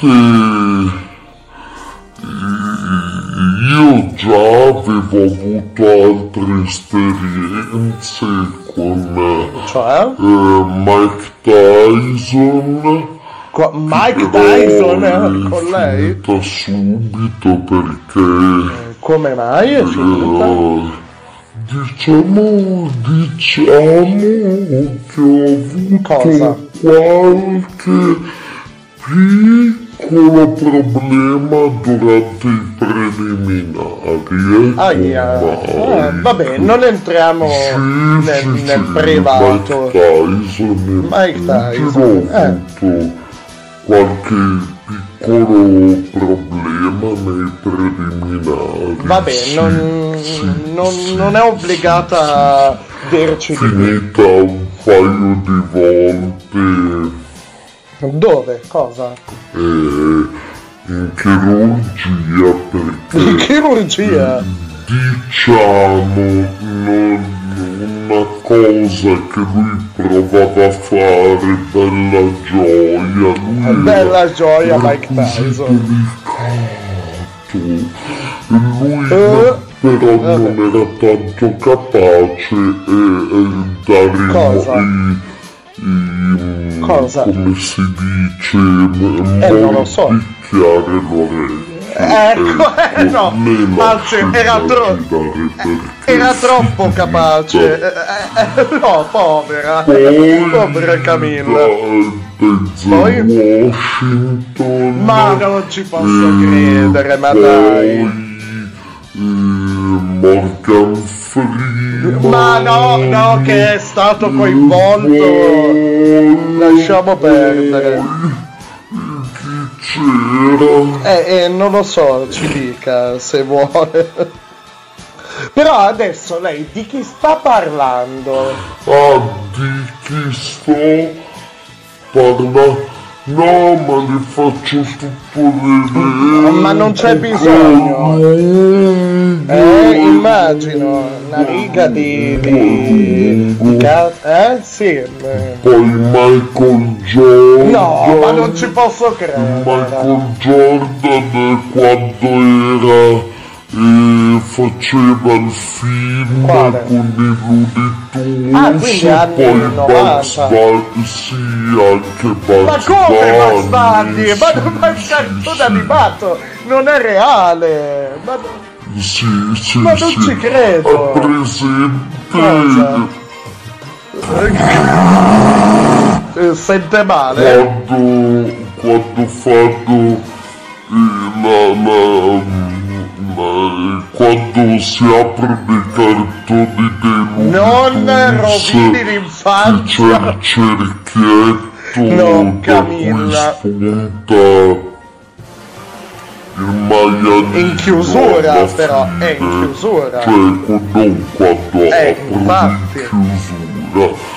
io già avevo avuto altre esperienze con Cioè? Mike Tyson. Mike Tyson con lei? Finita subito perché Come mai è finita? diciamo che ho avuto Cosa? qualche piccolo problema durante i preliminari. Aia. Mai. Vabbè, non entriamo nel privato. Mike Tyson Mike ho avuto qualche piccolo problema nei preliminari. Vabbè, non è obbligata a dirci di più. Finita un paio di volte Dove? Cosa? in chirurgia perché In chirurgia? diciamo una cosa che lui provava a fare bella gioia. Lui Bella gioia, era Mike così Tyson. delicato. E lui però non era tanto capace dare Cosa? Cosa? come si dice non lo so. picchiare l'orecchio. Ecco, no, anzi era troppo capace. No, povera Camilla. Poi Washington. Ma non ci posso credere, ma dai. Morgan Freeman. Ma no, che è stato coinvolto. Lasciamo perdere. C'era. Non lo so, ci dica se vuole. Però adesso lei di chi sta parlando? Ah, di chi sto parlando? No, ma li faccio tutto vedere. Ma non c'è bisogno. Immagino una riga di sì. Poi Michael Jordan. No, ma non ci posso credere. Michael Jordan quando era faceva il film Quale? con i Looney Ah, Tunes, quindi anni poi 90. sì, anche Bugs Ma come Bugs Bunny? Bunny? Ma non è un cartone animato, non è reale. Sì, Ma non ci credo. Ha presente Sente male? quando fanno quando si aprono i cartoni dei Non rovini l'infanzia. c'è il cerchietto No, da cui Camilla. spunta il maialino In chiusura, alla però, è in fine. chiusura. Cioè non quando aprono infatti. in chiusura.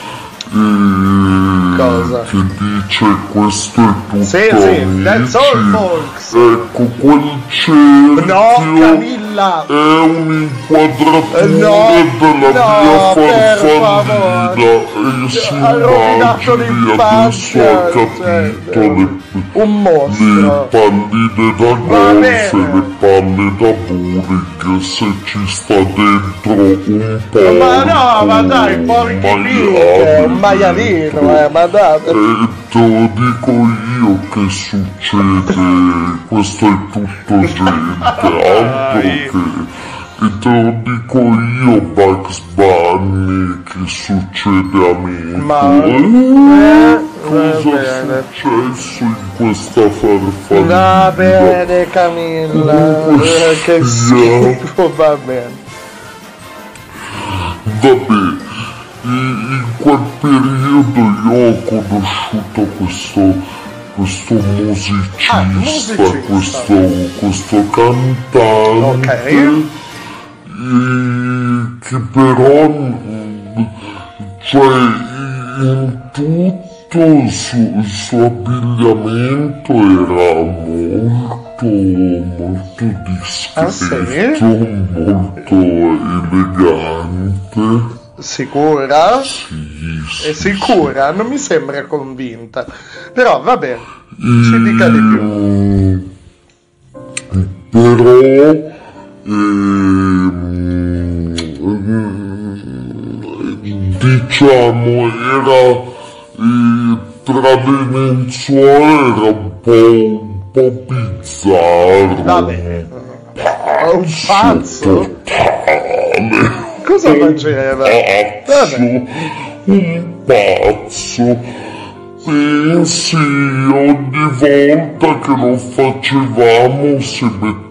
Cosa? Che dice questo è tutto, Sì, that's all, folks. Ecco quel cerchio No, Camilla. è un'inquadratura No, della mia per farfallina favore. e si Ha rovinato immagini, adesso l'infanzia, ha capito un le mostro. palline da Va golf bene. e le palle da bowling, se ci sta dentro un po'. Ma no, ma dai, porchi picche, un maialino, ma dai. Te lo dico io che succede, questo è tutto gente, altro che... E te lo dico io, Bugs Bunny, che succede amico. Cosa è successo in questa farfallina? Va bene, Camilla, che schifo, va bene. Vabbè, in quel periodo io ho conosciuto questo musicista, questo cantante, che però, cioè, in tutto il suo abbigliamento era molto discreto, molto elegante. Sicura? Sì. È sicura? Non mi sembra convinta. Però vabbè, ci dica di più. Però diciamo era tra le lenzuola era un po' bizzarro. Vabbè, un pazzo? Totale. Cosa faceva? Un pazzo. Pensi, ogni volta che lo facevamo si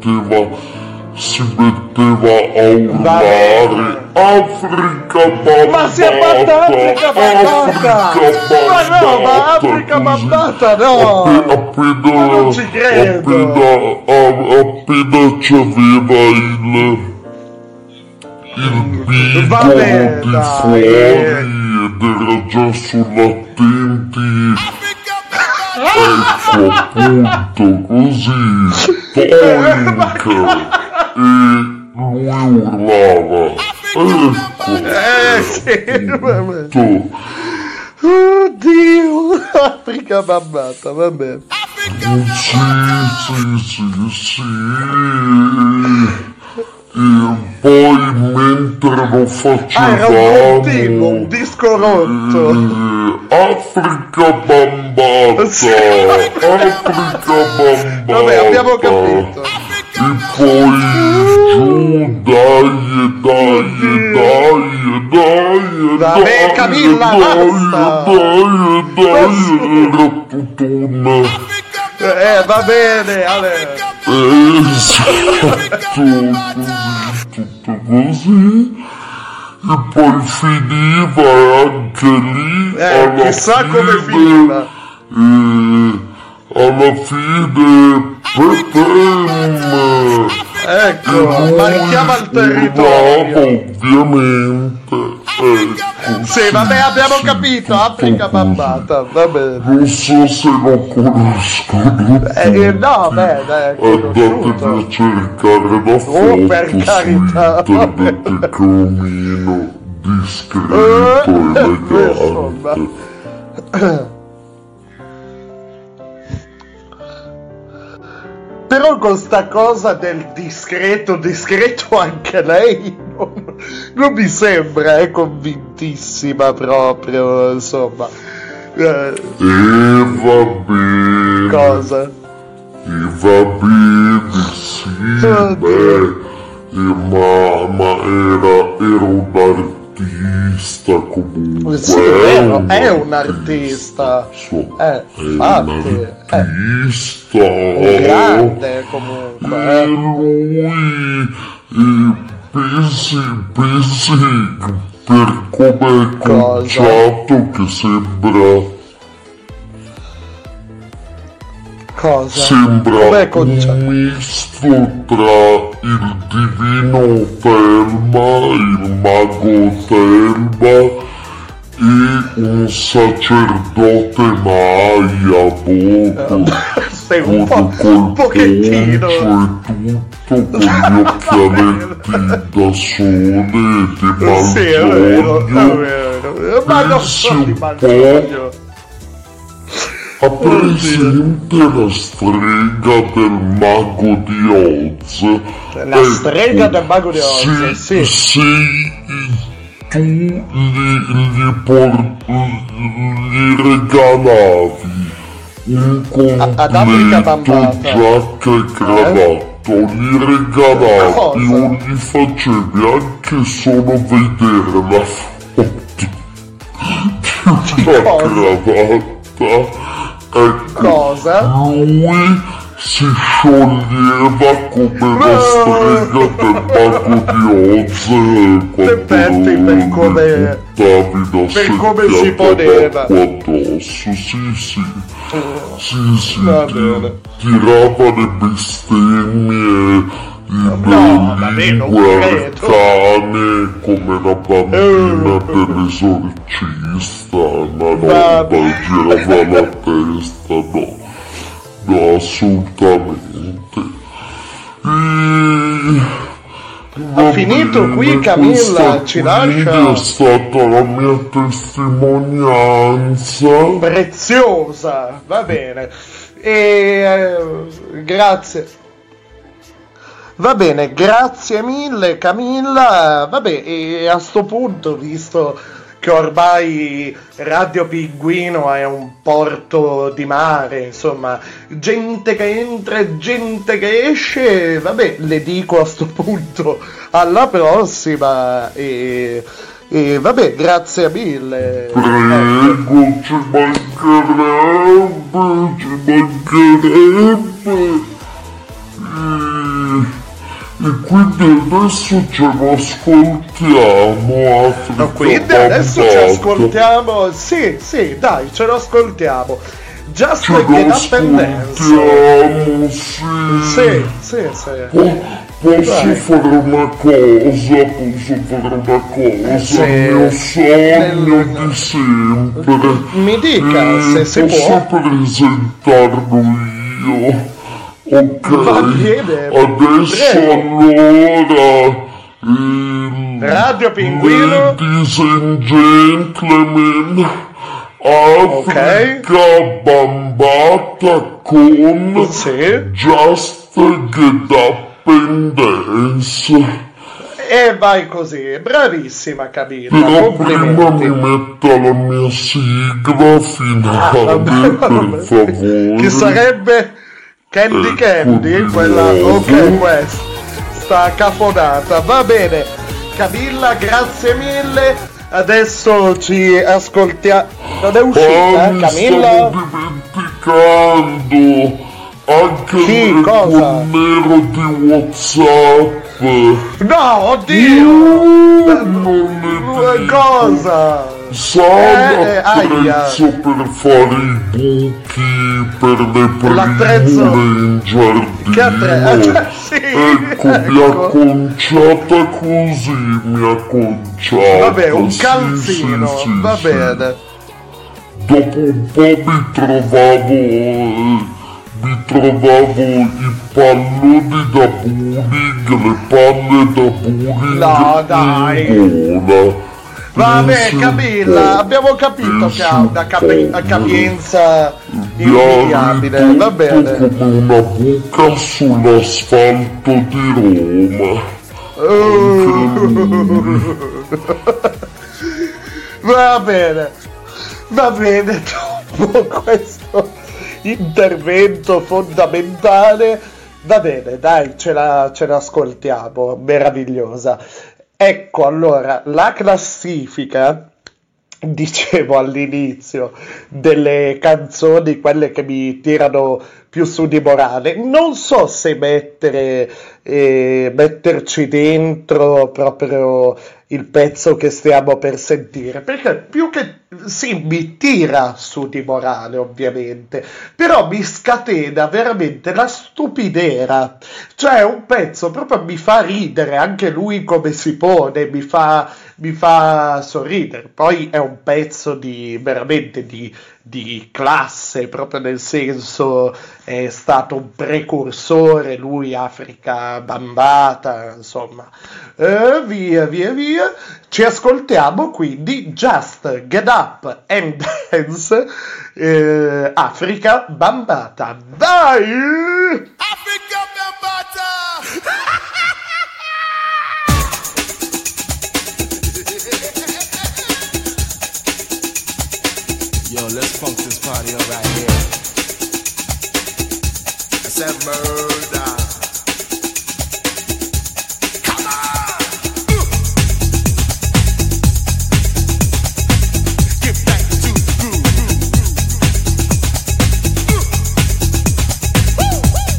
metteva a urlare Africa Bambata. Ma si è fatta Africa Bambata! Ma no, ma Africa Bambata no! Non ci credo! Appena c'aveva il bicolo di fuori ed era già sull'attenti, ecco appunto così, toink, e lui urlava, ecco, sì, vabbè. appunto. Oddio, Africa Bambata, vabbè. Sì. E poi mentre lo facevamo era un disco rotto. Africa Bambata, Africa Bambata. Vabbè, abbiamo capito. E poi giù, dai. Vabbè, Camilla, basta. Dai, era tutto un... va bene, Ale. Tutto così, e poi finiva anche lì alla chissà fine, come finiva. Alla fine Petem, ecco, marchiava il territorio, ovviamente, ecco. Sì, vabbè, abbiamo capito, Africa Bambata, va bene. Non so se lo conoscono. No, beh, dai, andatevi a cercare la foto per carità, su internet, che omino discreto, elegante. Però con sta cosa del discreto anche lei non mi sembra convintissima proprio, insomma. Va bene. Cosa? Va bene, sì, ma era un artista comunque. Sì, è un artista. Infatti. Artista. Un grande comunque. E lui, pensi per come è conciato che sembra... Cosa? Sembra un misto tra il divino Telma, il mago Telma e un sacerdote Maya, sei un pochettino e tutto, con gli occhialetti da sole di Malsogno. Ma non so di Malsogno. Ha presente la strega del mago di Oz? La strega del mago di Oz, sì. Se tu gli regalavi un completo giacca e cravatta, gli regalavi o gli facevi anche solo vedere la foto di una cravatta. Ecco, cosa? lui si scioglieva come la strega del mago di Oz Perfetti, quando per come si poneva. Addosso. Sì, Va bene. tirava le bestemmie in lingue arcane come la bambina dell'esorcista, una roba girava la testa, no, assolutamente. Ha finito qui, Camilla, ci lascia. È stata la mia testimonianza. Preziosa, va bene. E grazie. Va bene, grazie mille Camilla. Vabbè, e a sto punto, visto che ormai Radio Pinguino è un porto di mare, insomma, gente che entra e gente che esce, vabbè, le dico a sto punto alla prossima e vabbè, grazie mille. Prego, ci mancherebbe. E quindi adesso ce lo ascoltiamo, Africa Quindi adesso ci ascoltiamo, sì, dai, ce lo ascoltiamo. Just Get Up and Dance. Sì. Posso fare una cosa? Sì. Il mio sogno di sempre. Mi dica se si posso può. presentarlo io? Ok, Va bene, adesso prego. allora Radio Pinguino. Ladies and gentlemen, Africa Bambata con Just Get Up and Dance. E vai così, bravissima Camilla, Però prima complimenti. mi metta la mia sigla finale, per favore. Che sarebbe Candy, quella, ok, questa, sta cafonata, va bene. Camilla, grazie mille, adesso ci ascoltiamo. Non è uscita, Camilla? Stavo dimenticando anche il nero di WhatsApp. No, oddio! Cosa? L'attrezzo per fare i buchi per le primule in giardino. Sì, ecco, mi ha conciata così, Vabbè, un calzino, sì, va bene. Dopo un po' mi trovavo i palloni da bowling, le palle da bowling in gola. Vabbè, Camilla, abbiamo capito che ha una capienza invidiabile, va bene. Come una buca sull'asfalto di Roma. Va bene, dopo questo intervento fondamentale, va bene, dai, ce l'ascoltiamo, meravigliosa. Ecco, allora, la classifica, dicevo all'inizio, delle canzoni, quelle che mi tirano più su di morale, non so se metterci dentro proprio il pezzo che stiamo per sentire, perché più che sì, mi tira su di morale ovviamente, però mi scatena veramente la stupidera, cioè un pezzo proprio mi fa ridere, anche lui come si pone, mi fa sorridere, poi è un pezzo veramente di classe, proprio nel senso è stato un precursore, lui, Africa Bambata, insomma, via, ci ascoltiamo quindi Just Get Up and Dance, Africa Bambata, dai! Africa Bambata! Yo, let's funk this party up right here. I said murder. Come on! Get back to the groove.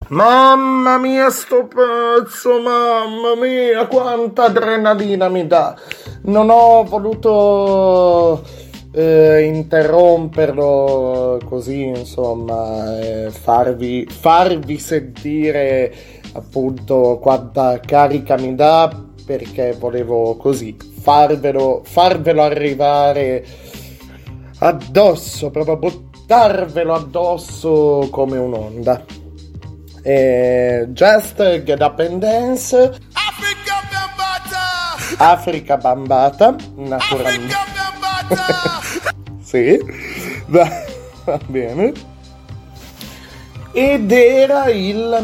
Mamma mia sto pezzo, mamma mia, quanta adrenalina mi dà. Non ho voluto interromperlo così, insomma, farvi sentire appunto quanta carica mi dà, perché volevo così farvelo arrivare addosso, proprio buttarvelo addosso come un'onda. Just Get Up and Dance, Africa Bambata, naturalmente. Sì, va bene. Ed era il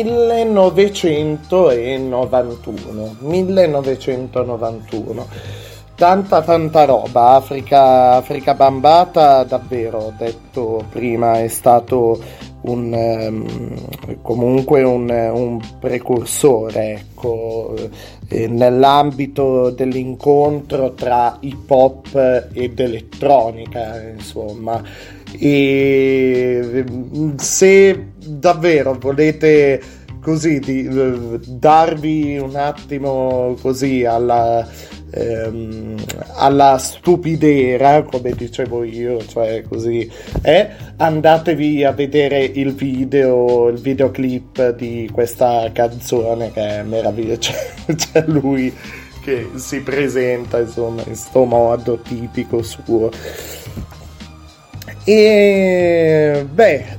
1991. Tanta roba. Africa Bambata, davvero, ho detto prima, è stato comunque un precursore, ecco, nell'ambito dell'incontro tra hip hop ed elettronica, insomma. E se davvero volete così darvi un attimo così alla stupidera, come dicevo io, cioè così, andatevi a vedere il videoclip di questa canzone, che è meraviglioso. C'è lui che si presenta, insomma, in sto modo tipico suo. E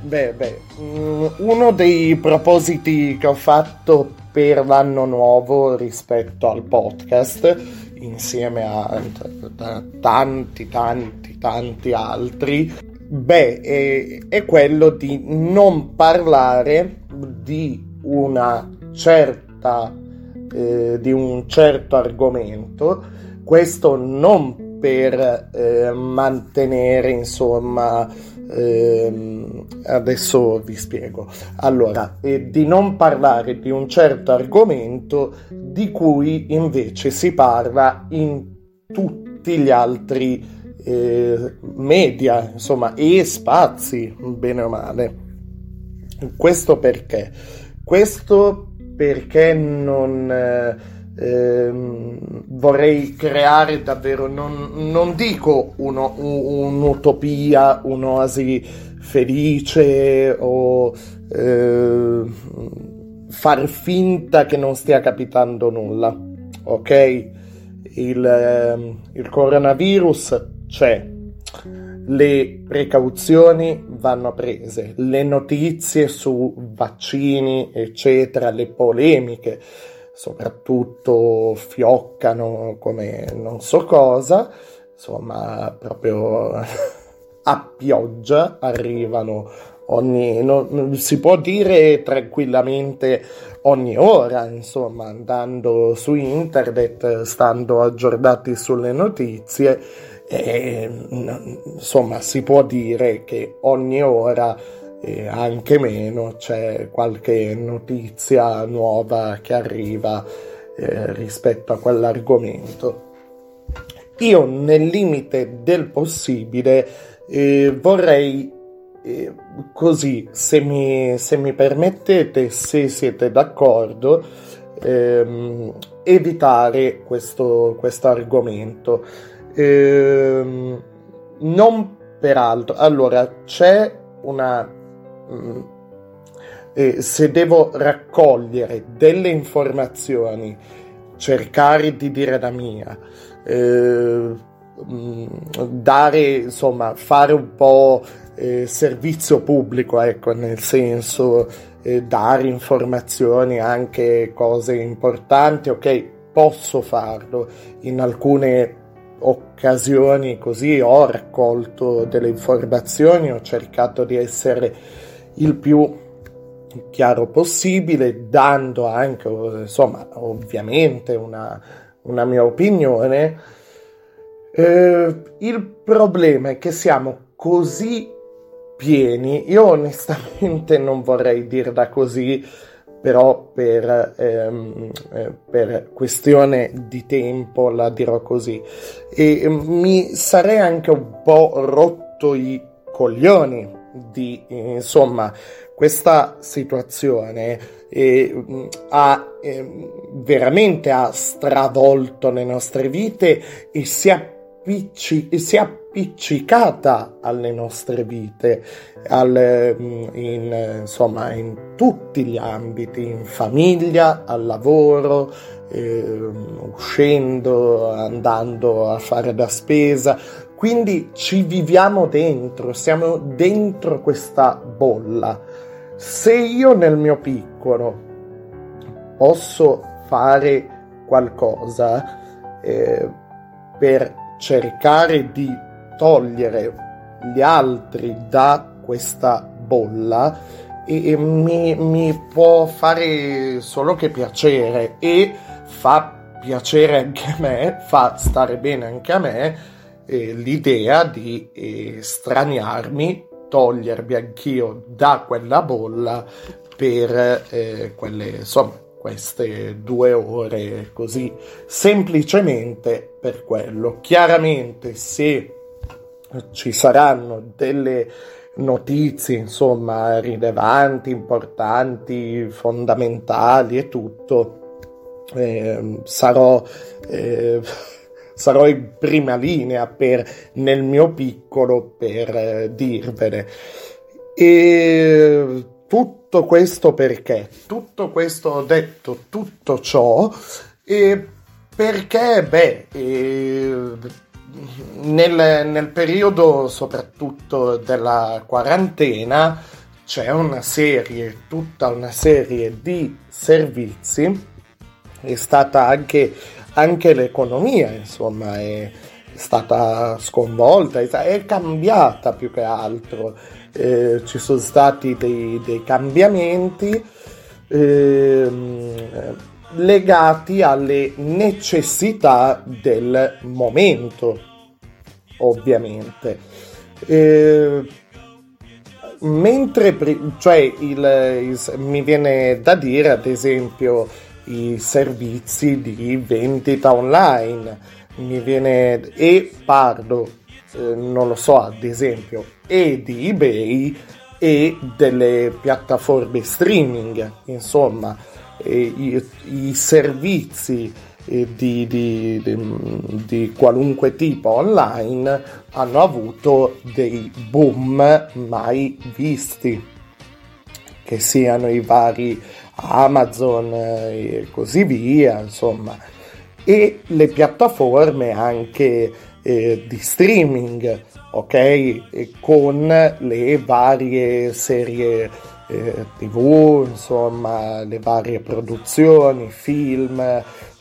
uno dei propositi che ho fatto per l'anno nuovo rispetto al podcast, insieme a tanti altri, è quello di non parlare di un certo argomento. Questo non per mantenere, insomma, adesso vi spiego. Allora, di non parlare di un certo argomento di cui invece si parla in tutti gli altri media, insomma, e spazi, bene o male. Questo perché? Questo perché non vorrei creare davvero, non dico un'utopia, un'oasi felice, o far finta che non stia capitando nulla, ok? Il coronavirus c'è, le precauzioni vanno prese, le notizie su vaccini, eccetera, le polemiche soprattutto fioccano come non so cosa, insomma, proprio a pioggia arrivano si può dire tranquillamente ogni ora, insomma, andando su internet, stando aggiornati sulle notizie, insomma, si può dire che ogni ora, e anche meno, c'è qualche notizia nuova che arriva rispetto a quell'argomento. Io, nel limite del possibile, vorrei così, se mi permettete, se siete d'accordo, evitare questo argomento. Non peraltro, allora, c'è una se devo raccogliere delle informazioni, cercare di dire la mia, dare, insomma, fare un po' servizio pubblico, ecco, nel senso, dare informazioni, anche cose importanti, ok, posso farlo. In alcune occasioni così ho raccolto delle informazioni, ho cercato di essere il più chiaro possibile, dando anche, insomma, ovviamente una mia opinione. Il problema è che siamo così pieni, io onestamente non vorrei dirla così, però per questione di tempo la dirò così, e mi sarei anche un po' rotto i coglioni di, insomma, questa situazione veramente ha stravolto le nostre vite e si è appiccicata alle nostre vite, insomma, in tutti gli ambiti, in famiglia, al lavoro, uscendo, andando a fare da spesa. Quindi ci viviamo dentro, siamo dentro questa bolla. Se io nel mio piccolo posso fare qualcosa per cercare di togliere gli altri da questa bolla, mi può fare solo che piacere, e fa piacere anche a me, fa stare bene anche a me l'idea di straniarmi, togliermi anch'io da quella bolla per queste 2 ore così, semplicemente per quello. Chiaramente se ci saranno delle notizie, insomma, rilevanti, importanti, fondamentali e tutto, sarò in prima linea nel mio piccolo per dirvene. E tutto questo perché? Tutto questo ho detto, tutto ciò, perché nel periodo soprattutto della quarantena c'è tutta una serie di servizi, è stata anche l'economia, insomma, è stata sconvolta, è cambiata più che altro. Ci sono stati dei cambiamenti legati alle necessità del momento, ovviamente. Mi viene da dire, ad esempio, i servizi di vendita online, non lo so, ad esempio, e di eBay e delle piattaforme streaming, insomma, i servizi di qualunque tipo online hanno avuto dei boom mai visti, che siano i vari Amazon e così via, insomma, e le piattaforme anche di streaming, ok? E con le varie serie TV, insomma, le varie produzioni, film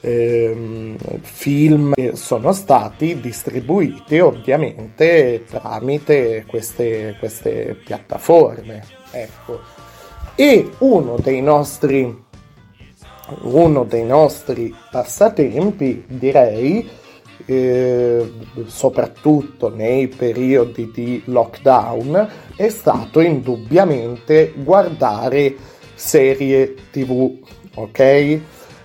sono stati distribuiti ovviamente tramite queste piattaforme, ecco. E uno dei nostri passatempi, direi, soprattutto nei periodi di lockdown, è stato indubbiamente guardare serie TV, ok?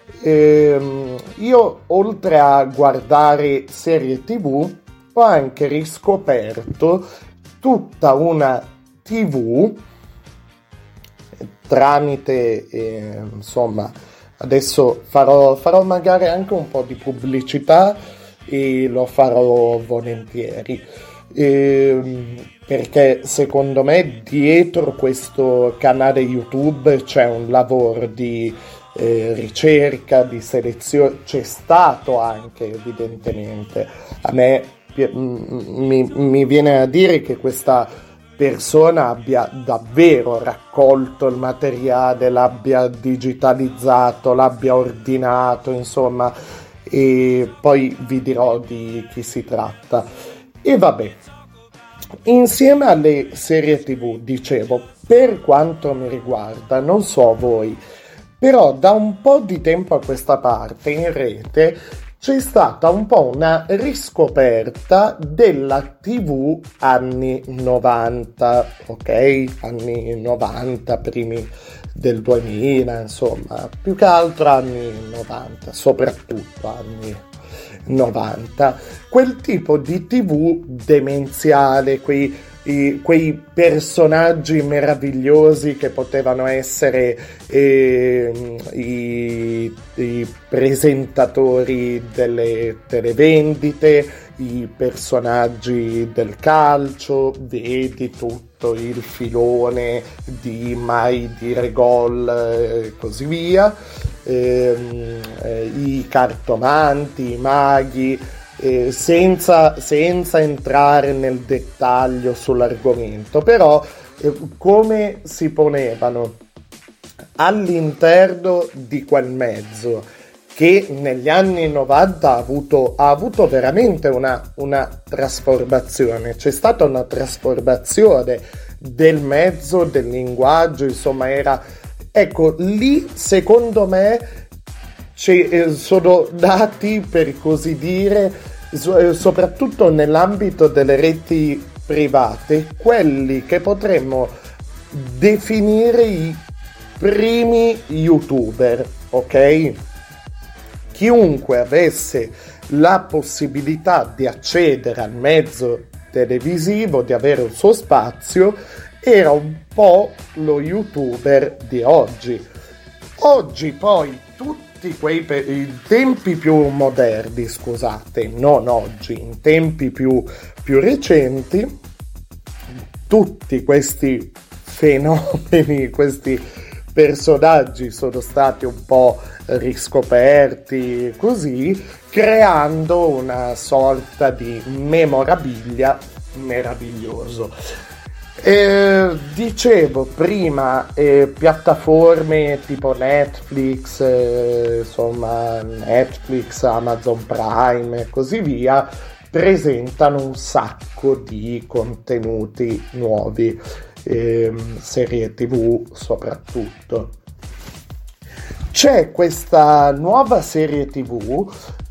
Io, oltre a guardare serie TV, ho anche riscoperto tutta una TV tramite, insomma, adesso farò magari anche un po' di pubblicità e lo farò volentieri, perché secondo me dietro questo canale YouTube c'è un lavoro di ricerca, di selezione, c'è stato anche, evidentemente. A me mi viene a dire che questa persona abbia davvero raccolto il materiale, l'abbia digitalizzato, l'abbia ordinato, insomma, e poi vi dirò di chi si tratta. E vabbè, insieme alle serie TV, dicevo, per quanto mi riguarda, non so voi, però da un po' di tempo a questa parte in rete c'è stata un po' una riscoperta della TV anni 90, ok? Anni 90, primi del 2000, insomma, più che altro anni 90, soprattutto anni 90. Quel tipo di TV demenziale, quei quei personaggi meravigliosi che potevano essere i presentatori delle televendite, i personaggi del calcio, vedi tutto il filone di Mai dire gol e così via, i cartomanti, i maghi, senza entrare nel dettaglio sull'argomento, però come si ponevano all'interno di quel mezzo che negli anni 90 ha avuto veramente una trasformazione. C'è stata una trasformazione del mezzo, del linguaggio, insomma ecco, lì secondo me sono nati, per così dire, soprattutto nell'ambito delle reti private, quelli che potremmo definire i primi YouTuber, ok? Chiunque avesse la possibilità di accedere al mezzo televisivo, di avere un suo spazio, era un po' lo YouTuber di oggi. Oggi poi tutti in tempi più moderni, scusate, non oggi, in tempi più recenti, tutti questi fenomeni, questi personaggi sono stati un po' riscoperti così, creando una sorta di memorabilia meraviglioso. Dicevo prima, piattaforme tipo Netflix, Netflix, Amazon Prime e così via, presentano un sacco di contenuti nuovi, serie TV soprattutto. C'è questa nuova serie TV,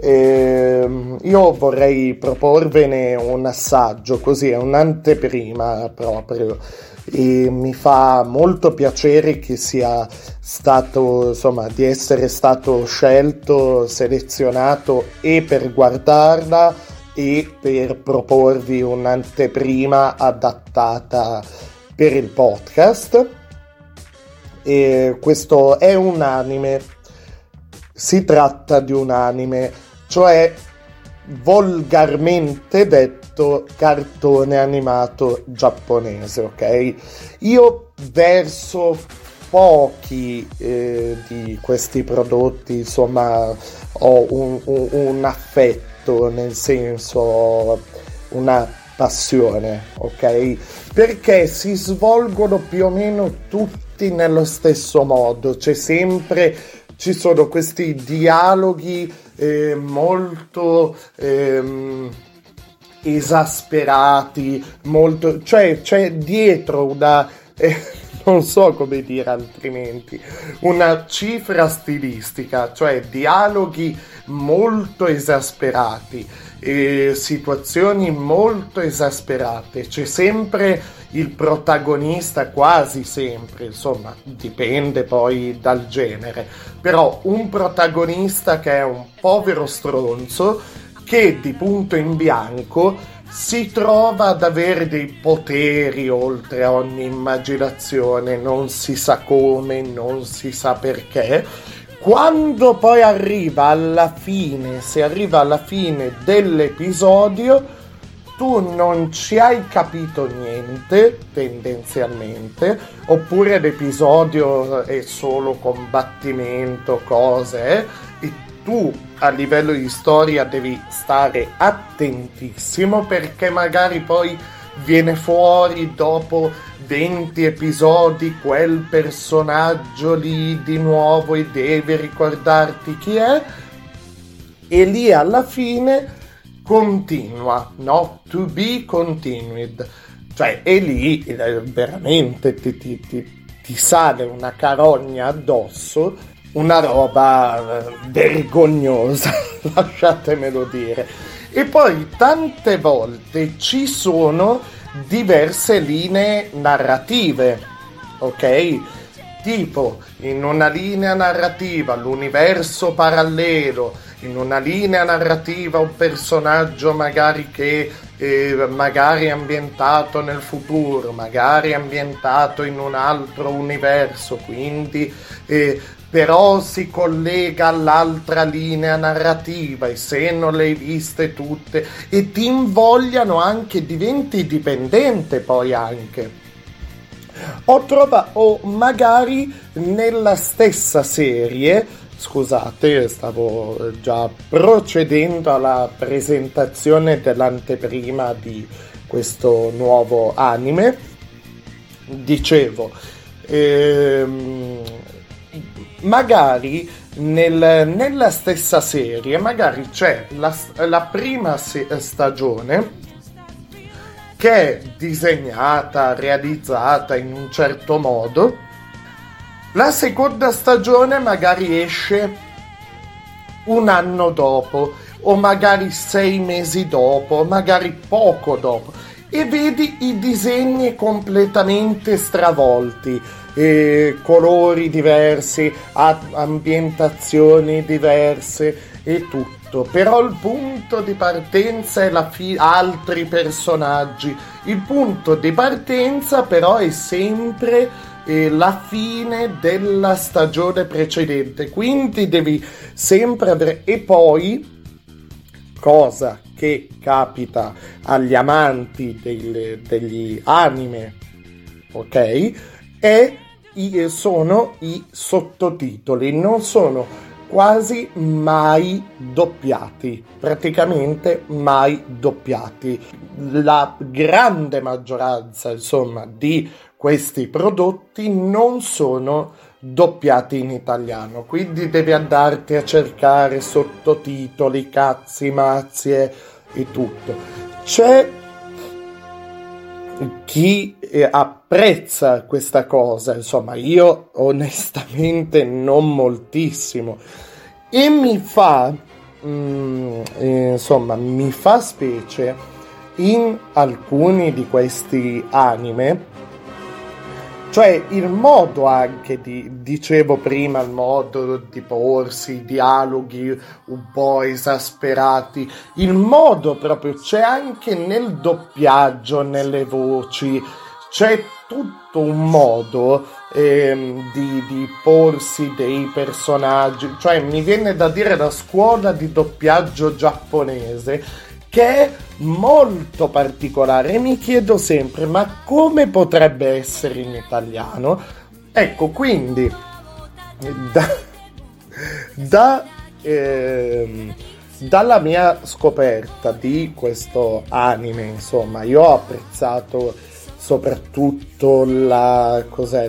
io vorrei proporvene un assaggio, così è un'anteprima proprio, e mi fa molto piacere che sia stato, insomma, di essere stato scelto, selezionato e per guardarla e per proporvi un'anteprima adattata per il podcast. E questo è un anime, si tratta di un anime, cioè volgarmente detto cartone animato giapponese, ok? Io verso pochi di questi prodotti, insomma, ho un affetto, nel senso una passione, ok? Perché si svolgono più o meno tutti nello stesso modo, ci sono questi dialoghi molto esasperati, molto, cioè c'è dietro una non so come dire altrimenti, una cifra stilistica, cioè dialoghi molto esasperati, situazioni molto esasperate, c'è sempre il protagonista, quasi sempre, insomma dipende poi dal genere, però un protagonista che è un povero stronzo che di punto in bianco si trova ad avere dei poteri oltre ogni immaginazione, non si sa come, non si sa perché. Quando poi arriva alla fine, si arriva alla fine dell'episodio, tu non ci hai capito niente, tendenzialmente, oppure l'episodio è solo combattimento, cose, e tu a livello di storia devi stare attentissimo, perché magari poi viene fuori dopo 20 episodi quel personaggio lì di nuovo e devi ricordarti chi è, e lì alla fine continua, no? To be continued, cioè e lì veramente ti sale una carogna addosso, una roba vergognosa, lasciatemelo dire. E poi tante volte ci sono diverse linee narrative, ok? Tipo in una linea narrativa l'universo parallelo in una linea narrativa un personaggio magari che magari è ambientato nel futuro, magari è ambientato in un altro universo, quindi però si collega all'altra linea narrativa, e se non le hai viste tutte e ti invogliano anche, diventi dipendente poi anche. O magari nella stessa serie, scusate, stavo già procedendo alla presentazione dell'anteprima di questo nuovo anime, dicevo, magari nella stessa serie magari c'è la prima stagione che è disegnata, realizzata in un certo modo, la seconda stagione magari esce un anno dopo, o magari 6 mesi dopo, magari poco dopo, e vedi i disegni completamente stravolti, colori diversi, ambientazioni diverse e tutto, però il punto di partenza è altri personaggi, il punto di partenza però è sempre la fine della stagione precedente, quindi devi sempre avere. E poi, cosa che capita agli amanti degli anime, ok, sono i sottotitoli, non sono quasi mai doppiati, praticamente mai doppiati. La grande maggioranza, insomma, di questi prodotti non sono doppiati in italiano, quindi devi andarti a cercare sottotitoli, cazzi, mazzie e tutto. C'è chi apprezza questa cosa, insomma, io onestamente non moltissimo, e mi fa specie in alcuni di questi anime, cioè il modo anche dicevo prima, il modo di porsi, i dialoghi un po' esasperati, il modo proprio, c'è anche nel doppiaggio, nelle voci, c'è tutto un modo di porsi dei personaggi, cioè mi viene da dire la scuola di doppiaggio giapponese, che è molto particolare, e mi chiedo sempre, ma come potrebbe essere in italiano? Ecco, quindi dalla mia scoperta di questo anime, insomma, io ho apprezzato soprattutto la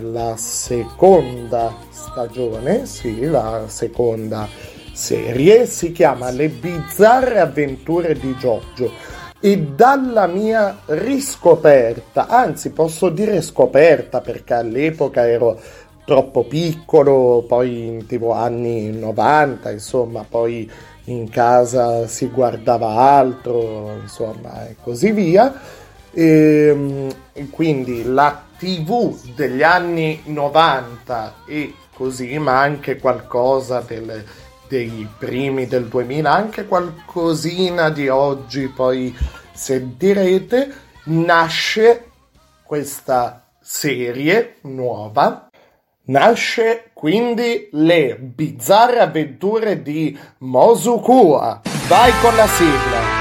seconda stagione, sì, la seconda serie, si chiama Le bizzarre avventure di Giorgio, e dalla mia riscoperta, anzi posso dire scoperta perché all'epoca ero troppo piccolo, poi in TV anni 90, insomma, poi in casa si guardava altro, insomma, e così via, e quindi la TV degli anni 90 e così, ma anche qualcosa dei primi del 2000, anche qualcosina di oggi, poi sentirete, nasce questa serie nuova, nasce quindi Le bizzarre avventure di Mozukua. Vai con la sigla.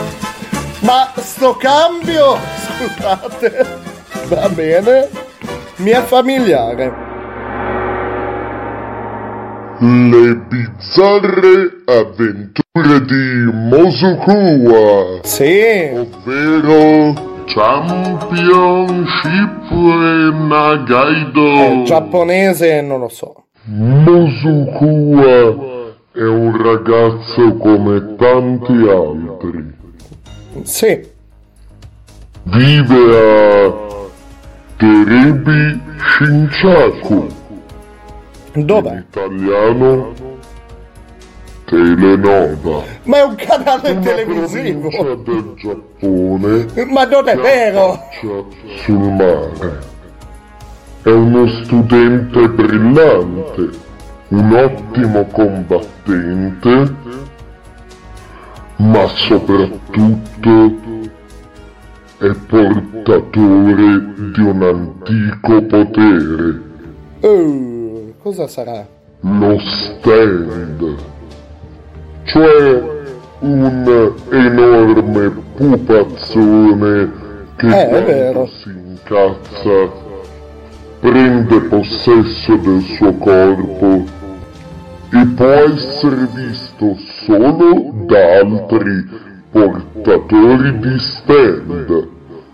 Ma sto cambio, scusate, va bene, Mi è familiare. Le bizzarre avventure di Mosukua. Sì. Ovvero Championship Nagaido. Giapponese non lo so. Mosukua è un ragazzo come tanti altri. Sì. Vive a Terebi Shinchaku. Dov'è? In italiano Telenova. Ma è un canale televisivo. Provincia del Giappone. Ma non è vero. Sul mare. È uno studente brillante, un ottimo combattente, ma soprattutto è portatore di un antico potere. Cosa sarà? Lo stand. Cioè un enorme pupazzone che quando si incazza prende possesso del suo corpo e può essere visto solo da altri portatori di stand.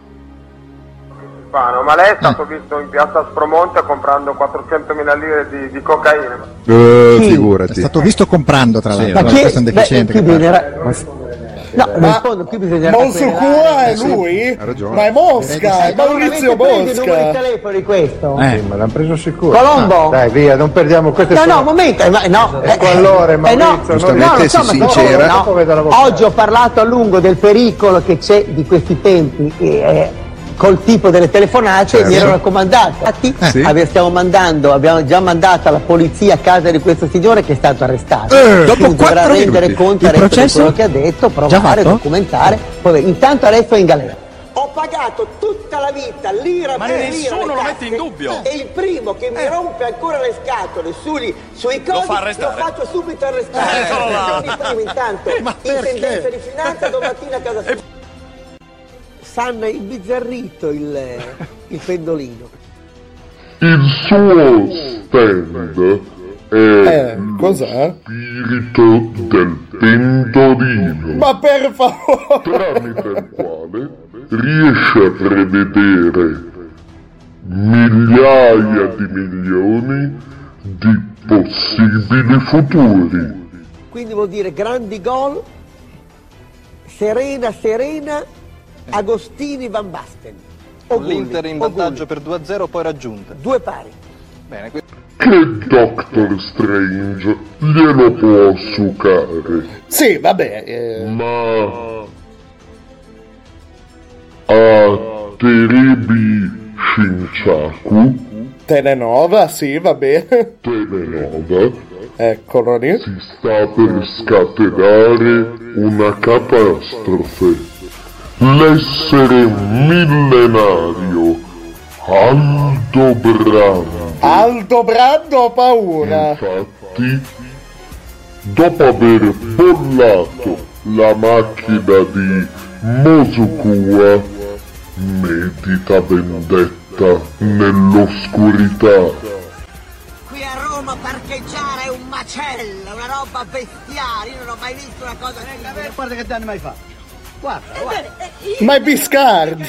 Ma lei è stato visto in piazza Spromonte comprando 400.000 lire di cocaina? Figurati. È stato visto comprando, tra l'altro. Ma questo è un deficiente. No, rispondo, qui bisognerà Mosukua è lui? Ha ragione. Ma è Mosca, è Maurizio Mosca. Telefoni questo? Sì, ma l'hanno preso sicuro. Colombo? Dai, via, non perdiamo queste No, un momento, no. Ecco allora, Maurizio, giustamente si sincera. Oggi ho parlato a lungo del pericolo che c'è di questi tempi col tipo delle telefonate e mi ero raccomandato. Infatti abbiamo già mandato alla polizia a casa di questo signore che è stato arrestato. Dopo dovrà rendere conto di quello che ha detto, provare, fatto? documentare. Poi, intanto adesso è in galera. Ho pagato tutta la vita lira ma per lira. nessuno lo mette in dubbio. E il primo che mi rompe ancora le scatole sui cosi lo faccio subito arrestare. Il primo intanto in sentenza di finanza domattina a casa sua. Sanno imbizzarrito il pendolino. Il suo stand è cos'è? Spirito del pendolino. Ma per favore! Tramite il quale riesce a prevedere migliaia di milioni di possibili futuri. Quindi vuol dire grandi gol, Serena, Agostini, Van Basten. L'Inter in vantaggio per 2-0, poi raggiunta. 2 pari. Bene, Che Doctor Strange glielo può succare. Sì, vabbè. Ma a Terebi Shinchaku Telenova, sì, va bene. Telenova Eccolo lì. si sta per scatenare una catastrofe. L'essere millenario Aldo Brando ho paura. Infatti, dopo aver bollato la macchina di Mosukua, medita vendetta nell'oscurità. Qui a Roma parcheggiare è un macello, una roba bestiale, io non ho mai visto una cosa simile. Guarda che danni mai fatto. Guarda. Ma è Biscardi.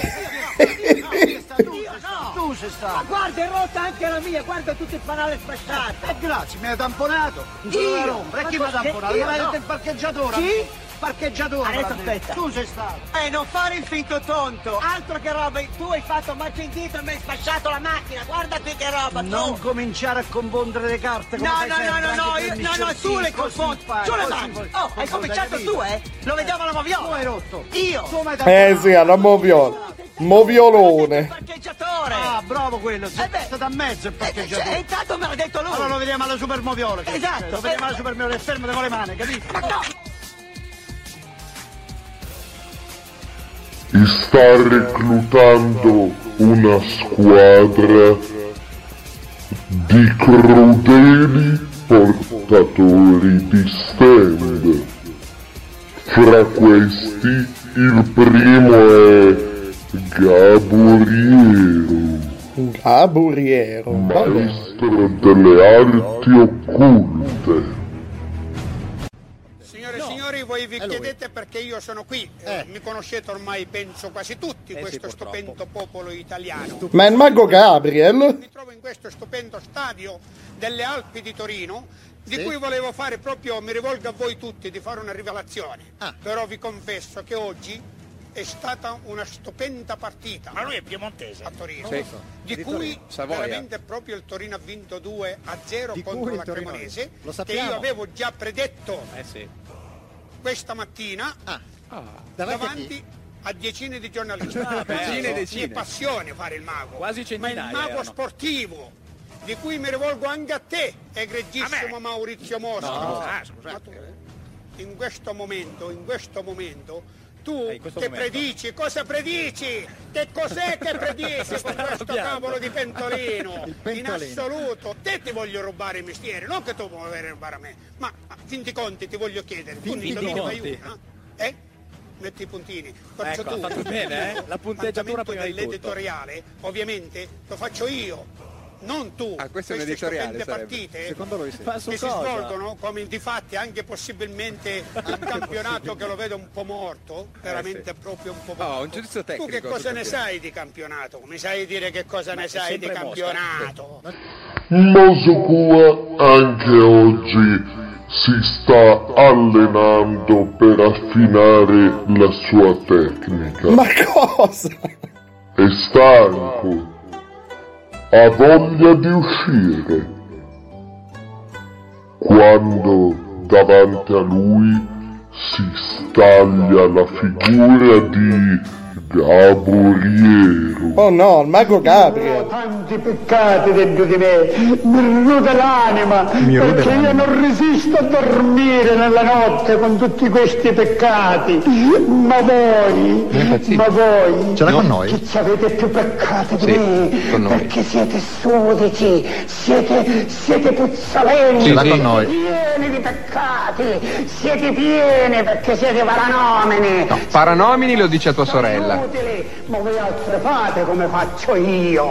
Tu sei stato. Ma guarda, è rotta anche la mia, guarda tutto il fanale sfasciato. Grazie, mi hai tamponato. Io? E chi mi ha tamponato? Mi hai detto il parcheggiatore. Chi? Parcheggiatore. Adesso aspetta. Tu sei stato. Non fare il finto tonto. Altro che roba, tu hai fatto marcia indietro e mi hai sfasciato la macchina. Guarda qui che roba. Non cominciare a confondere le carte come No, tu le confondi. Tu le mani. Oh, hai cominciato tu, Lo vediamo alla moviola. Tu hai rotto. Io. Sì, alla moviola. Moviolone. Ah, bravo quello. Sei stato a mezzo il parcheggiatore. E intanto me l'ha detto lui. Allora lo vediamo alla super moviola. Esatto. Lo vediamo alla super moviola. Fermate con le mani, capito? Ma no. Sta reclutando una squadra di crudeli portatori di stand. Fra questi il primo è Gaboriero. Gaburiero. Maestro delle arti occulte. Signore e signori, voi vi chiedete perché io sono qui. Mi conoscete ormai, penso quasi tutti, questo stupendo popolo italiano. Ma è il mago Gabriel? Mi trovo in questo stupendo stadio delle Alpi di Torino, di cui volevo fare proprio, mi rivolgo a voi tutti, di fare una rivelazione. Però vi confesso che oggi è stata una stupenda partita. Ma lui è piemontese a Torino, sì. di cui veramente proprio il Torino ha vinto 2-0 contro la Cremonese, che io avevo già predetto questa mattina davanti a decine di giornalisti. È passione fare il mago, ma il mago sportivo, di cui mi rivolgo anche a te, egregissimo Maurizio Mosco. In questo momento tu che predici, cosa predici? Che cos'è che predici con questo cavolo di pentolino? In assoluto, te ti voglio rubare il mestiere, non che tu vuoi rubare a me, ma a fin di conti ti voglio chiedere, tu mi fai una? Metti i puntini. Ecco, tu, ha fatto bene, la punteggiatura prima di tutto. L'editoriale, ovviamente, lo faccio io. Non tu, questo è un editoriale partite secondo lui che si svolgono come difatti anche possibilmente il campionato che lo vedo un po' morto, veramente proprio un po' morto. Un giudizio tecnico. Tu che cosa ne sai di campionato? Come sai dire che cosa ne sai di campionato? Mosokua anche oggi si sta allenando per affinare la sua tecnica. Ma cosa? È stanco. Ha voglia di uscire. Quando davanti a lui si staglia la figura di Gaburiero. Oh no, il mago Gabriel. Tanti peccati dentro di me, mi rude l'anima, perché io non resisto a dormire nella notte con tutti questi peccati. Ma voi, ce l'ha con noi? che avete più peccati di me, perché siete sudici, siete puzzolenti, ce l'ha con noi. pieni di peccati, siete pieni perché siete paranomini. No, paranomini lo dice a tua sorella. Ma voi altre fate come faccio io,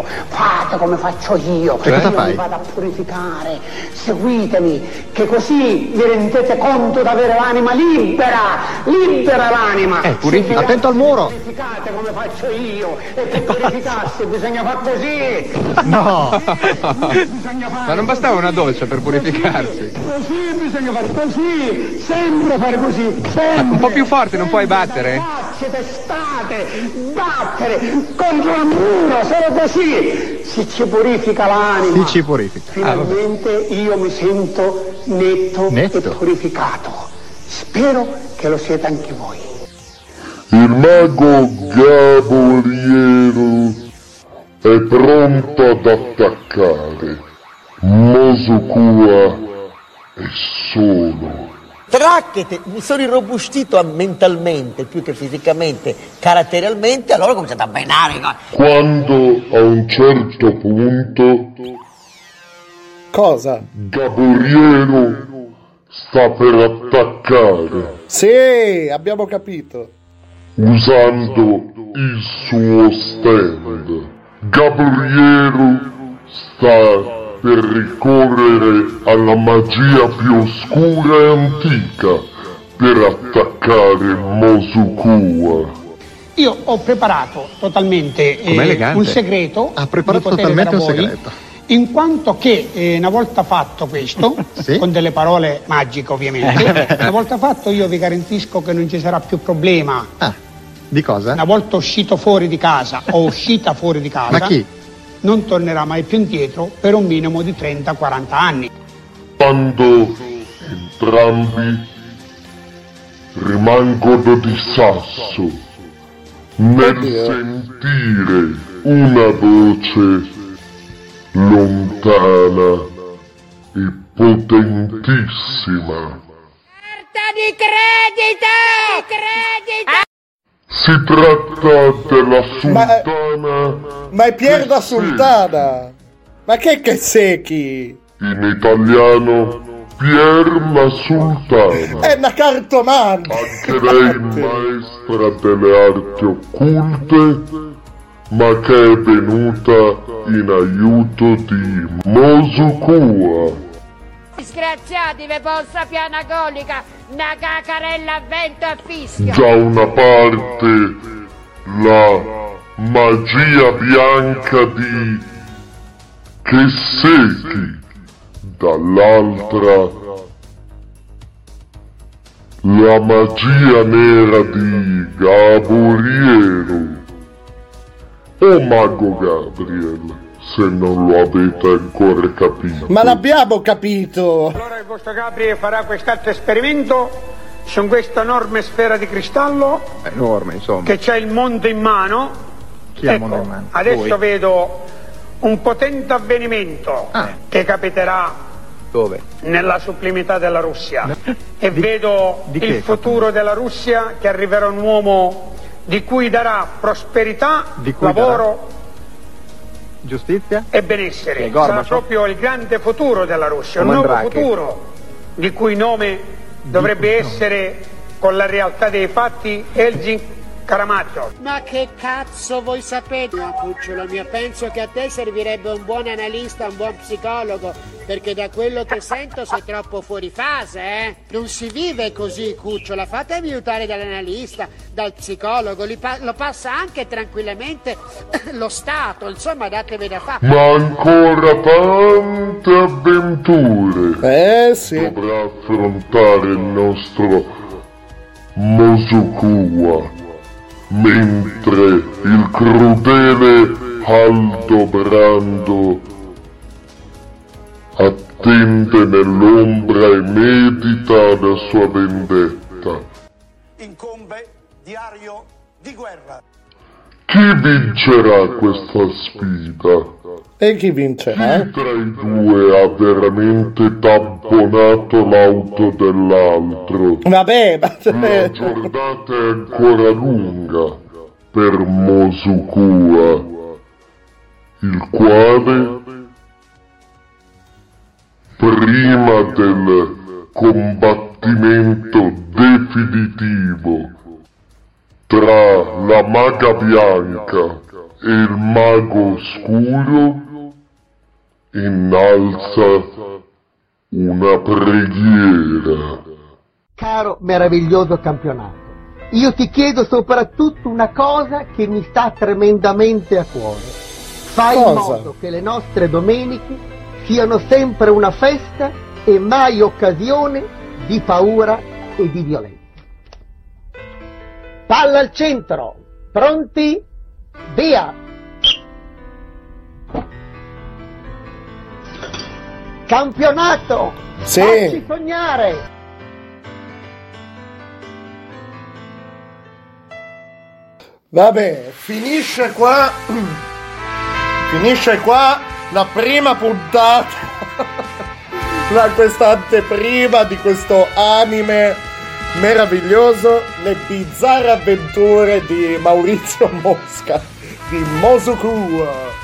Che cosa fai? Mi vado a purificare, seguitemi, che così vi rendete conto di avere l'anima libera l'anima. Attento al muro. Purificate come faccio io, e per purificarsi bisogna far così. No. Ma non bastava una doccia per purificarsi. Così bisogna fare così, sempre fare così, sempre. Un po' più forte, non puoi battere? Testate, battere contro il muro, solo così si ci purifica l'anima. Si ci purifica. Finalmente io mi sento netto e purificato. Spero che lo siete anche voi. Il mago Gaburiero è pronto ad attaccare. Mosokua è solo. Tracchete, mi sono irrobustito mentalmente più che fisicamente, caratterialmente, allora ho cominciato a benare. Quando a un certo punto cosa? Gaburiero sta per attaccare. Sì, abbiamo capito. Usando il suo stand. Gaburiero sta per ricorrere alla magia più oscura e antica per attaccare Mosokua. Io ho preparato totalmente un segreto. Ha preparato totalmente un segreto. In quanto che una volta fatto questo, con delle parole magiche ovviamente, una volta fatto io vi garantisco che non ci sarà più problema. Di cosa? Una volta uscito fuori di casa o uscita fuori di casa. Ma chi? Non tornerà mai più indietro per un minimo di 30-40 anni. Quando entrambi rimangono di sasso nel sentire una voce lontana e potentissima. Carta di credito! Si tratta della sultana. Ma è Pier da Sultana! Ma che secchi? In italiano Pier la Sultana. È una cartomante! Anche lei maestra delle arti occulte ma che è venuta in aiuto di Mosukua. Disgraziati, ve possa piana colica, una cacarella a vento a fischio. Da una parte la magia bianca di Keseki, dall'altra la magia nera di Gabriele. O Mago Gabriel, se non lo avete ancora capito. Ma l'abbiamo capito! Allora il vostro Gabriele farà quest'altro esperimento su questa enorme sfera di cristallo. Enorme, insomma. Che c'ha il mondo in mano. Chi ha il mondo in mano? Adesso Voi. vedo un potente avvenimento che capiterà Dove? nella sublimità della Russia. E vedo il futuro della Russia, che arriverà un uomo di cui darà prosperità, lavoro, giustizia e benessere. Che è Sarà Gorbaciov? proprio il grande futuro della Russia, un Come nuovo Andrache. futuro di cui nome dovrebbe essere, con la realtà dei fatti, Elgin Karamazov. Ma che cazzo voi sapete, cucciolo mio? Penso che a te servirebbe un buon analista, un buon psicologo, perché da quello che sento sei troppo fuori fase, eh? Non si vive così, cucciola. Fatevi aiutare dall'analista, dal psicologo, lo passa anche tranquillamente lo Stato, insomma, datevi da fare. Ma ancora tante avventure sì. dovrà affrontare il nostro Mosukua, mentre il crudele Aldobrando attende nell'ombra e medita la sua vendetta. Incombe diario di guerra. Chi vincerà questa sfida? E chi vincerà? Chi tra i due ha veramente tamponato l'auto dell'altro? Vabbè, ma... La giornata è ancora lunga per Mosukua, il quale, prima del combattimento definitivo tra la maga bianca e il mago oscuro, innalza una preghiera. Caro meraviglioso campionato, io ti chiedo soprattutto una cosa che mi sta tremendamente a cuore. Fai in modo che le nostre domeniche siano sempre una festa e mai occasione di paura e di violenza. Palla al centro, pronti? Via! Campionato! Sì. Facci sognare! Vabbè, finisce qua la prima puntata da questa anteprima di questo anime meraviglioso, le bizzarre avventure di Maurizio Mosca, di Mosukua.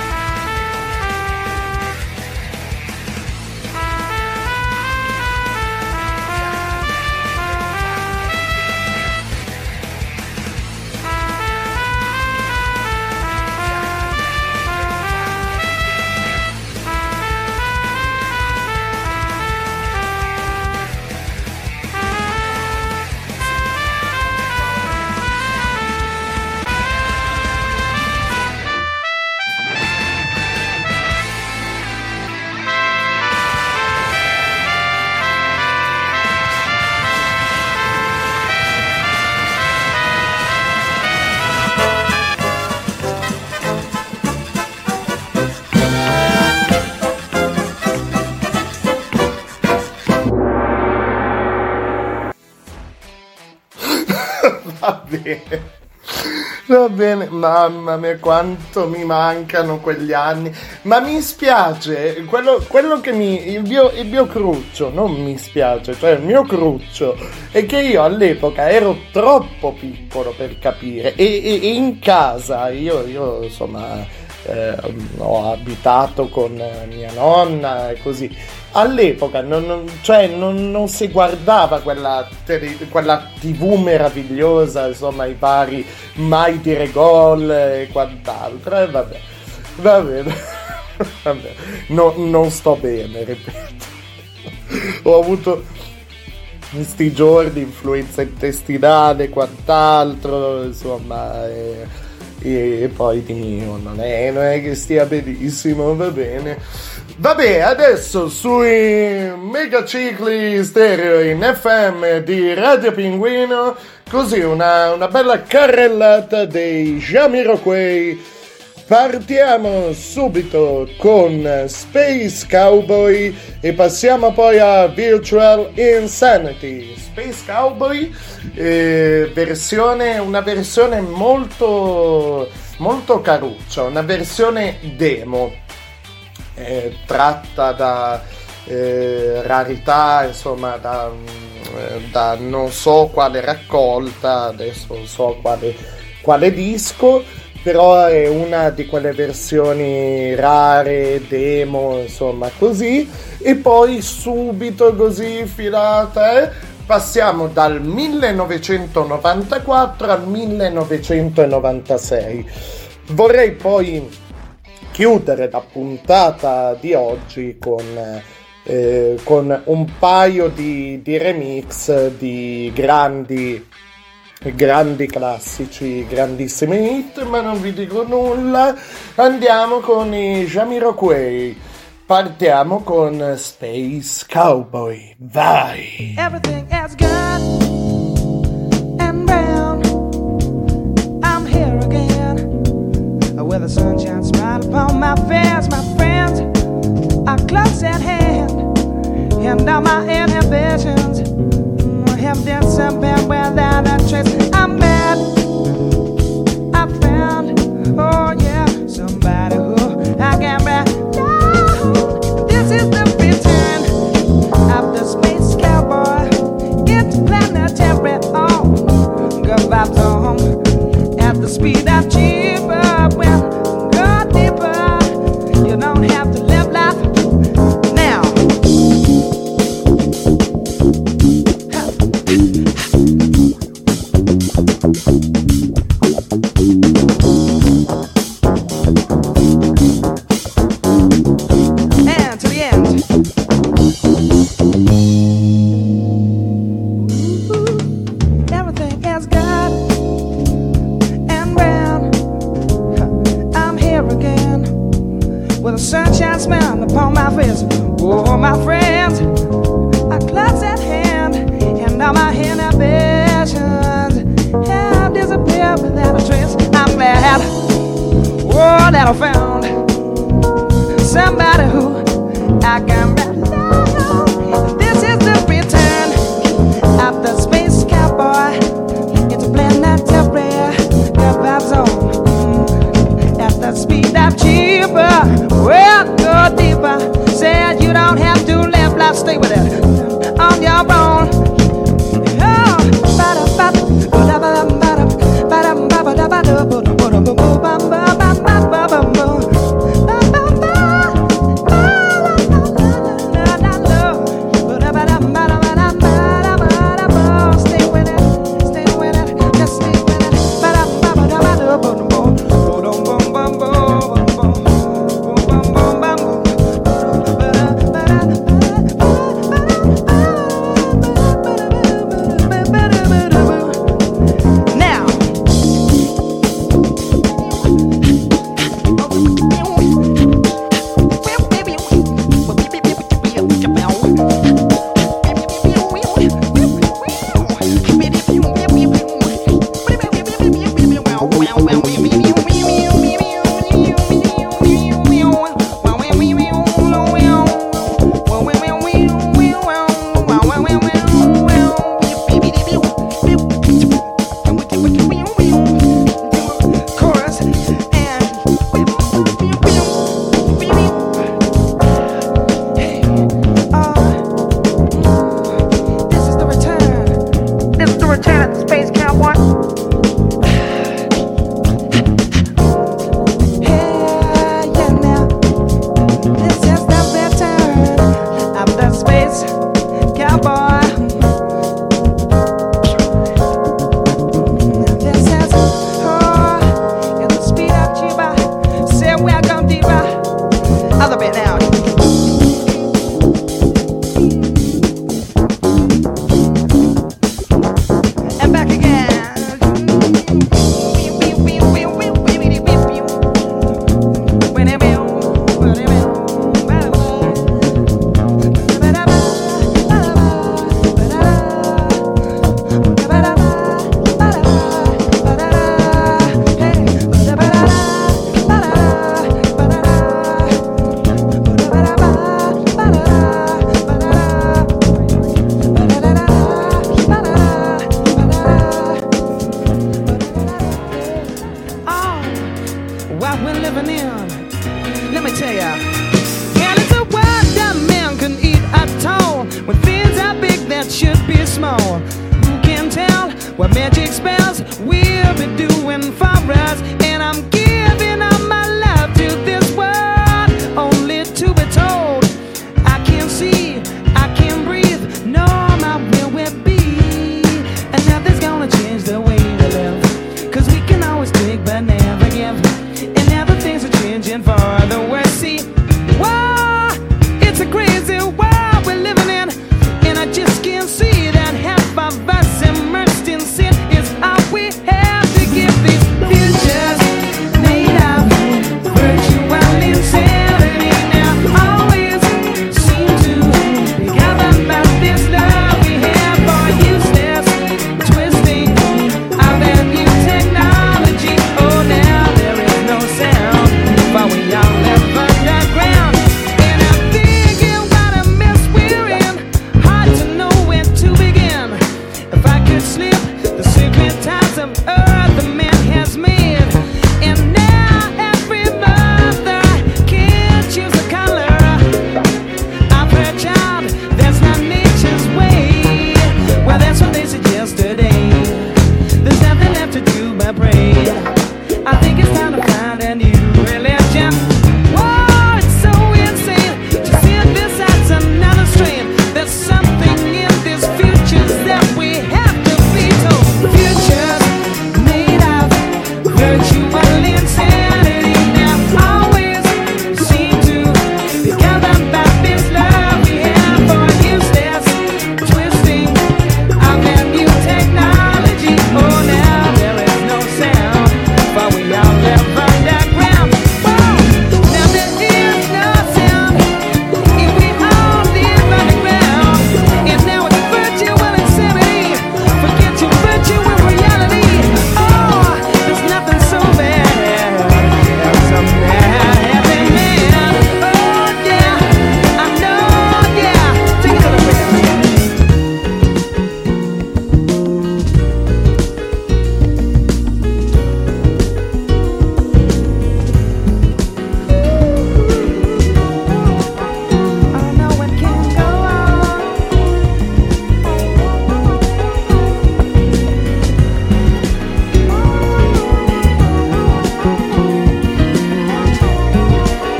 Va bene, mamma mia quanto mi mancano quegli anni, ma mi spiace, quello che il mio cruccio, non mi spiace, cioè il mio cruccio è che io all'epoca ero troppo piccolo per capire e in casa io insomma ho abitato con mia nonna e così. All'epoca non si guardava quella TV meravigliosa, insomma, i vari Mai dire gol e quant'altro, e vabbè. Non sto bene, ripeto. Ho avuto questi giorni influenza intestinale e quant'altro, insomma, e poi di mio non è che stia benissimo, va bene. Vabbè, adesso sui megacicli stereo in FM di Radio Pinguino, così una bella carrellata dei Jamiroquai. Partiamo subito con Space Cowboy e passiamo poi a Virtual Insanity. Space Cowboy, una versione molto, molto caruccia, una versione demo, tratta da rarità, insomma, da non so quale raccolta, adesso non so quale disco, però è una di quelle versioni rare, demo, insomma, così. E poi subito così filata, passiamo dal 1994 al 1996. Vorrei poi chiudere la puntata di oggi con un paio di remix di grandi classici, grandissimi hit, ma non vi dico nulla. Andiamo con i Jamiroquai. Partiamo con Space Cowboy. Vai! Everything is good and brown. I'm here again with the sunshine smile upon my face. My friends are close at hand, and all my inhibitions have disappeared without a trace. I'm mad. I found, oh yeah, somebody who I can brag. This is the return of the Space Cowboy. It's planetary. Oh, good vibes on at the speed of cheaper. Well, go deeper. You don't have to live life now. And to the end. Everything is good and brown. I'm here again with a sunshine smile upon my face. Oh, my friends are close at hand, and all my inhibitions have disappeared without a trace. I'm glad, oh, that I found somebody who I can rely on. This is the return of the Space Cowboy. It's a planetary, good vibes on at the speed of cheaper. Well, go deeper. Said you don't have to live life, stay with it on your own. Oh,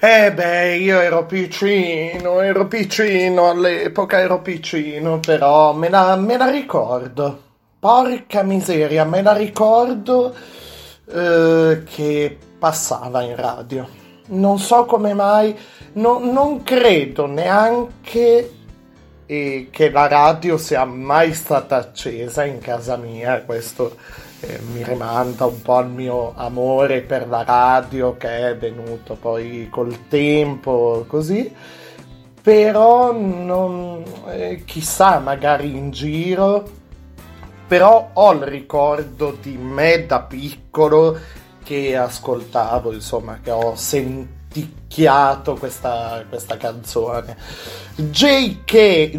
Io ero piccino all'epoca, ero piccino, però me la ricordo. Porca miseria, me la ricordo che passava in radio. Non so come mai, non credo neanche che la radio sia mai stata accesa in casa mia. Questo mi rimanda un po' al mio amore per la radio, che è venuto poi col tempo, così. Però non, chissà, magari in giro, però ho il ricordo di me da piccolo che ascoltavo, insomma, che ho senticchiato questa canzone. JK,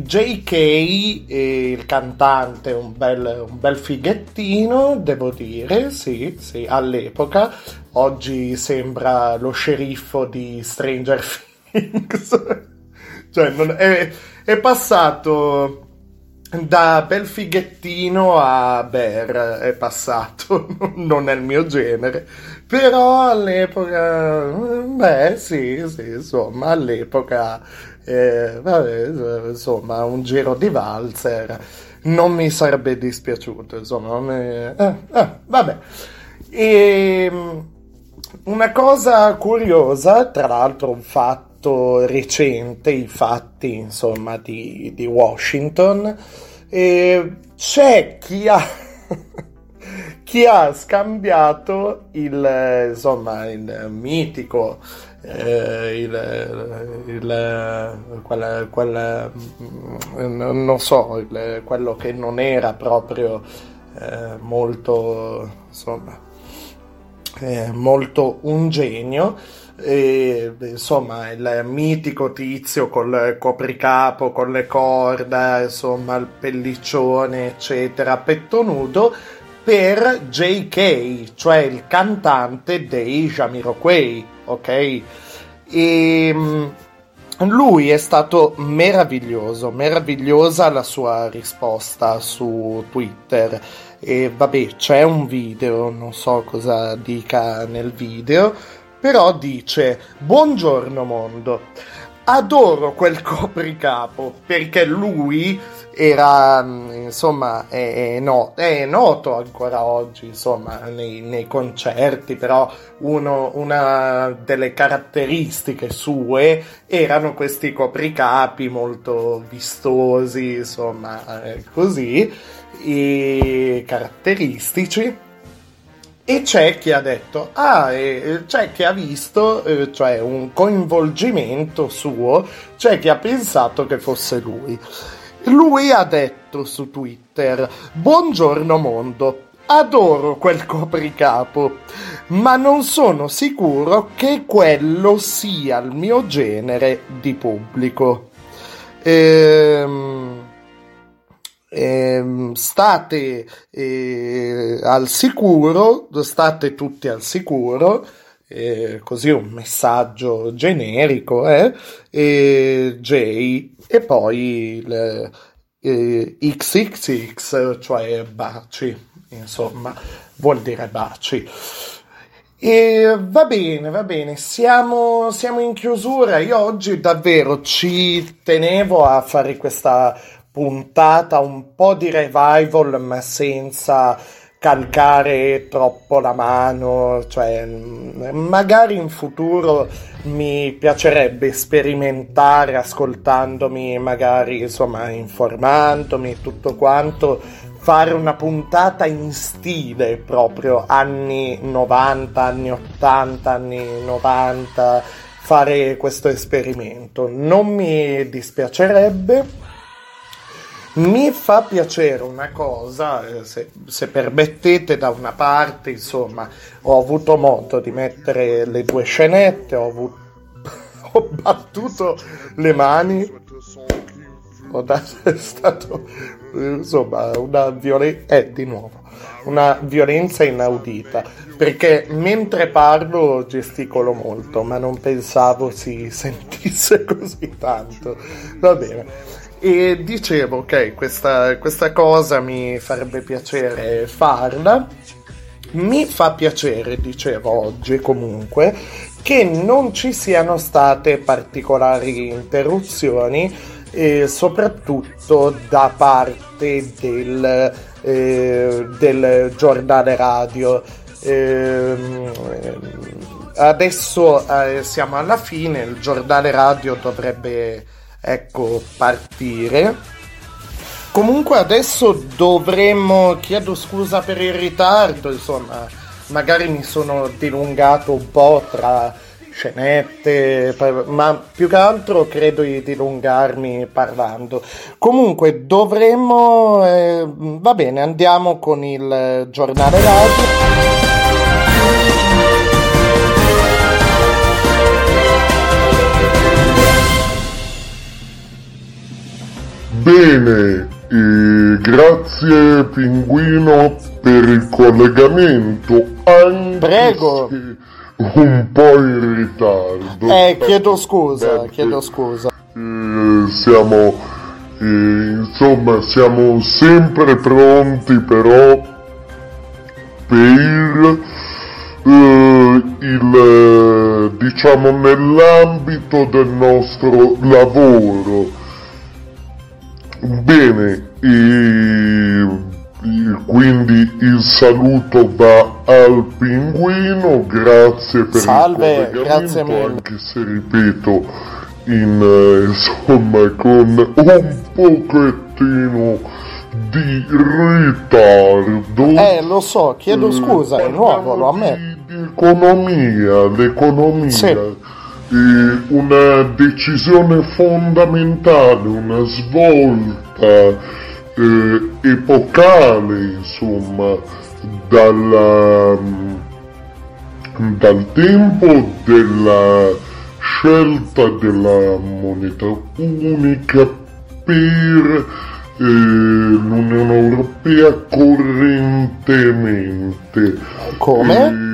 il cantante, un bel fighettino, devo dire, sì, all'epoca. Oggi sembra lo sceriffo di Stranger Things. Cioè, è passato da bel fighettino a Bear, è passato. Non è il mio genere, però all'epoca, sì, insomma, all'epoca, insomma, un giro di valzer non mi sarebbe dispiaciuto, insomma, vabbè. E una cosa curiosa, tra l'altro un fatto recente, i fatti, insomma, di Washington, c'è chi ha scambiato il mitico non so, quello che non era proprio molto, insomma, molto un genio, insomma, il mitico tizio col copricapo, con le corda, insomma, il pelliccione, eccetera, petto nudo, per JK, cioè il cantante dei Jamiroquai, ok? E lui è stato meravigliosa la sua risposta su Twitter. E vabbè, c'è un video, non so cosa dica nel video, però dice: buongiorno mondo, adoro quel copricapo, perché lui era, insomma, è noto ancora oggi, insomma, nei concerti, però una delle caratteristiche sue erano questi copricapi molto vistosi, insomma, così, e caratteristici. E c'è chi ha detto, c'è chi ha visto, cioè un coinvolgimento suo, c'è chi ha pensato che fosse lui. Lui ha detto su Twitter: buongiorno mondo, adoro quel copricapo, ma non sono sicuro che quello sia il mio genere di pubblico. State al sicuro, state tutti al sicuro, così un messaggio generico, J, e poi il XXX, cioè baci, insomma, vuol dire baci. E va bene, siamo in chiusura. Io oggi davvero ci tenevo a fare questa puntata un po' di revival, ma senza calcare troppo la mano, cioè magari in futuro mi piacerebbe sperimentare ascoltandomi, magari, insomma, informandomi, tutto quanto, fare una puntata in stile proprio anni 90, anni 80, anni 90, fare questo esperimento. Non mi dispiacerebbe. Mi fa piacere una cosa, se permettete, da una parte, insomma, ho avuto modo di mettere le due scenette, ho battuto le mani, è stato, insomma, una violenza inaudita, perché mentre parlo gesticolo molto, ma non pensavo si sentisse così tanto. Va bene. E dicevo, ok, questa cosa mi farebbe piacere farla, Mi fa piacere, dicevo oggi comunque, che non ci siano state particolari interruzioni, soprattutto da parte del giornale radio. Adesso siamo alla fine, il giornale radio dovrebbe partire. Comunque adesso dovremmo, chiedo scusa per il ritardo, insomma, magari mi sono dilungato un po' tra scenette, ma più che altro credo di dilungarmi parlando. Comunque dovremmo, va bene, andiamo con il giornale radio. Bene, grazie Pinguino per il collegamento, anche prego. Se un po' in ritardo. Chiedo scusa. Siamo sempre pronti però per diciamo nell'ambito del nostro lavoro. Bene, quindi il saluto va al Pinguino, grazie per il collegamento, grazie mille. anche se ripeto, insomma con un pochettino di ritardo. Lo so, chiedo scusa, è nuovo, lo ammetto. L'economia. Sì. Una decisione fondamentale, una svolta epocale, insomma, dal tempo della scelta della moneta unica per l'Unione Europea correntemente. Come?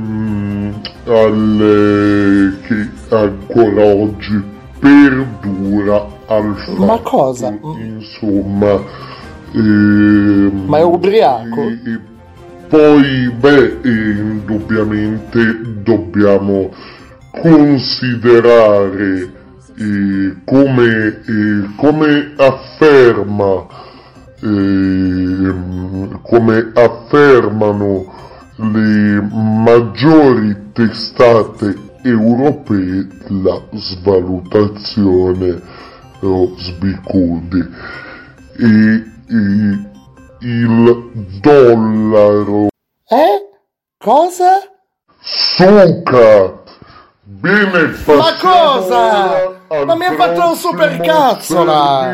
Che ancora oggi perdura al fatto. Ma cosa? Insomma, ma è ubriaco? Poi, indubbiamente dobbiamo considerare come affermano le maggiori testate europee, la svalutazione sbicudi e il dollaro. Cosa? Suca! Bene, ma cosa? Ma mi ha fatto un supercazzola!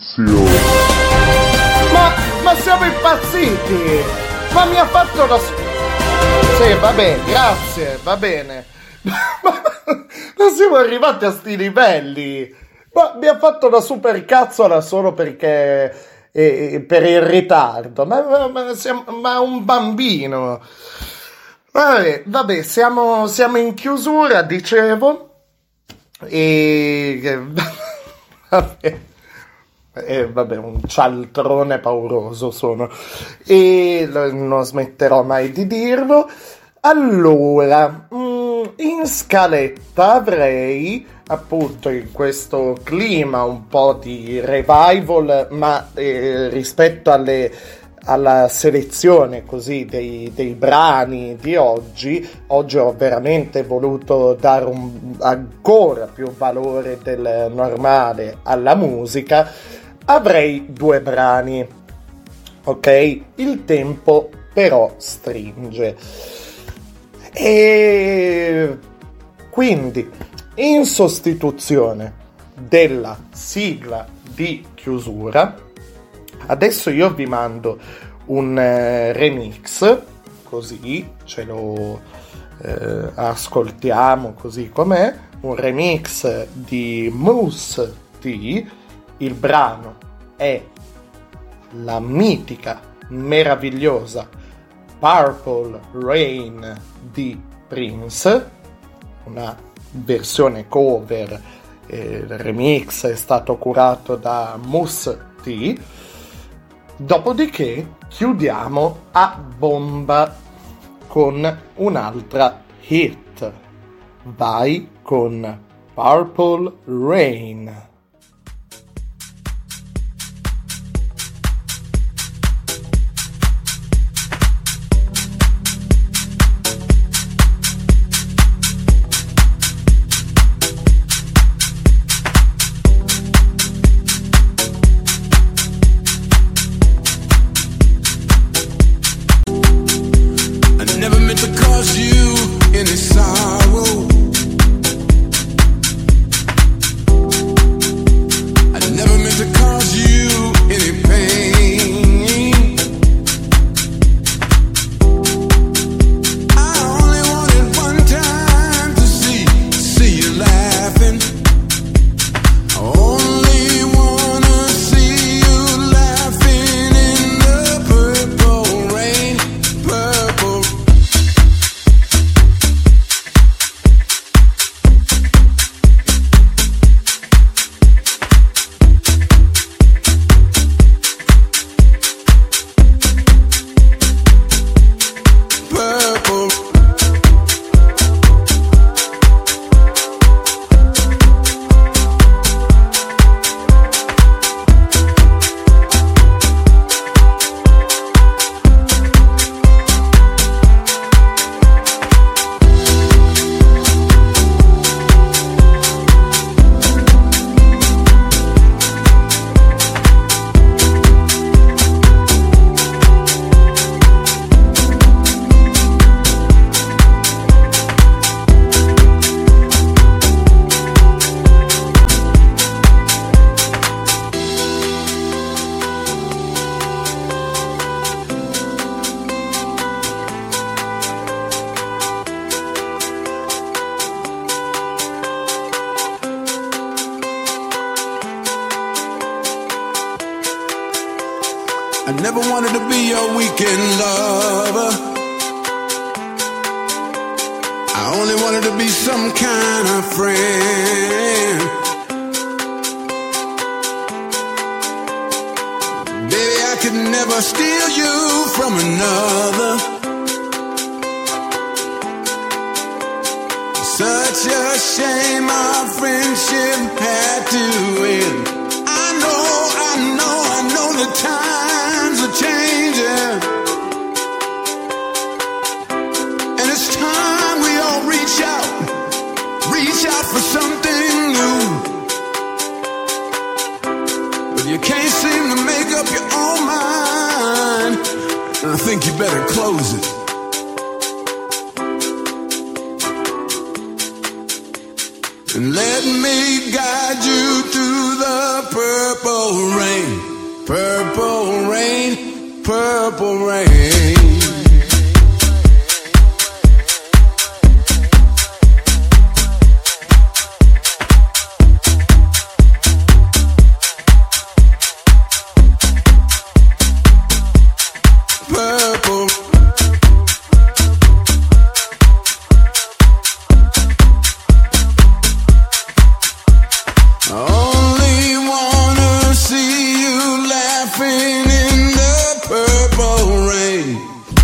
Ma siamo impazziti! Ma mi ha fatto la... Sì, vabbè, grazie, va bene. Ma siamo arrivati a sti livelli. Ma mi ha fatto la supercazzola solo perché... per il ritardo. Ma un bambino. Vabbè, siamo in chiusura, dicevo. E... vabbè, un cialtrone pauroso sono e non smetterò mai di dirlo. Allora, in scaletta avrei appunto in questo clima un po' di revival, ma rispetto alla selezione così dei brani di oggi ho veramente voluto dare ancora più valore del normale alla musica. Avrei 2 brani, ok? Il tempo però stringe. E quindi, in sostituzione della sigla di chiusura, adesso io vi mando un remix, così ce lo ascoltiamo così com'è, un remix di Mousse T. Il brano è la mitica, meravigliosa Purple Rain di Prince, una versione cover. Il remix è stato curato da Mousse T. Dopodiché chiudiamo a bomba con un'altra hit. Vai con Purple Rain. I never wanted to be your weekend lover. I only wanted to be some kind of friend. Baby, I could never steal you from another. Such a shame our friendship had to end. I know the times are changing, and it's time we all reach out for something new. But you can't seem to make up your own mind, and I think you better close it. And let me guide you through the purple rain. Purple rain, purple rain. Purple. Only wanna see you laughing in the purple rain.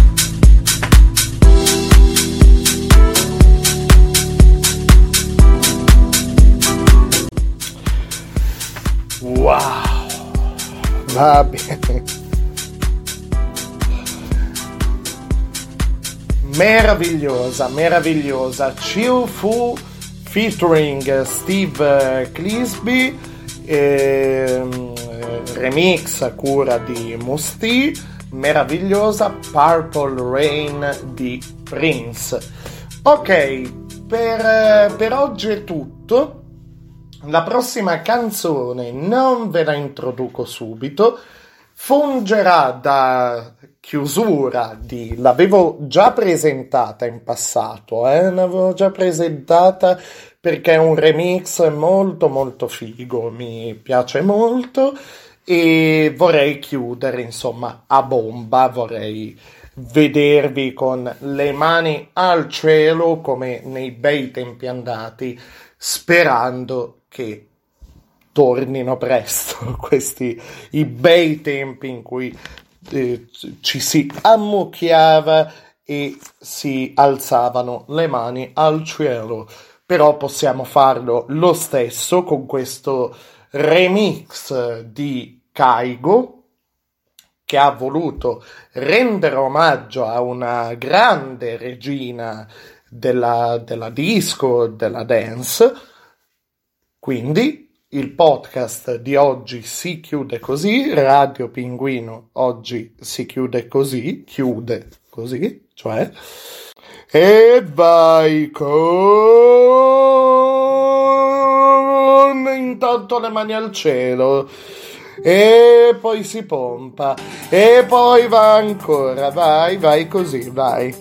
Wow, va bene. Meravigliosa. Chill Fu featuring Steve Clisby, remix a cura di Musti, meravigliosa Purple Rain di Prince. Ok, per oggi è tutto. La prossima canzone non ve la introduco subito, fungerà da chiusura l'avevo già presentata in passato, l'avevo già presentata perché è un remix molto molto figo, mi piace molto e vorrei chiudere insomma a bomba, vorrei vedervi con le mani al cielo come nei bei tempi andati, sperando che tornino presto questi i bei tempi in cui ci si ammucchiava e si alzavano le mani al cielo. Però possiamo farlo lo stesso con questo remix di Kygo, che ha voluto rendere omaggio a una grande regina della disco, della dance. Quindi il podcast di oggi si chiude così, Radio Pinguino oggi si chiude così, cioè, e vai con intanto le mani al cielo. E poi si pompa, e poi va ancora, vai così, vai.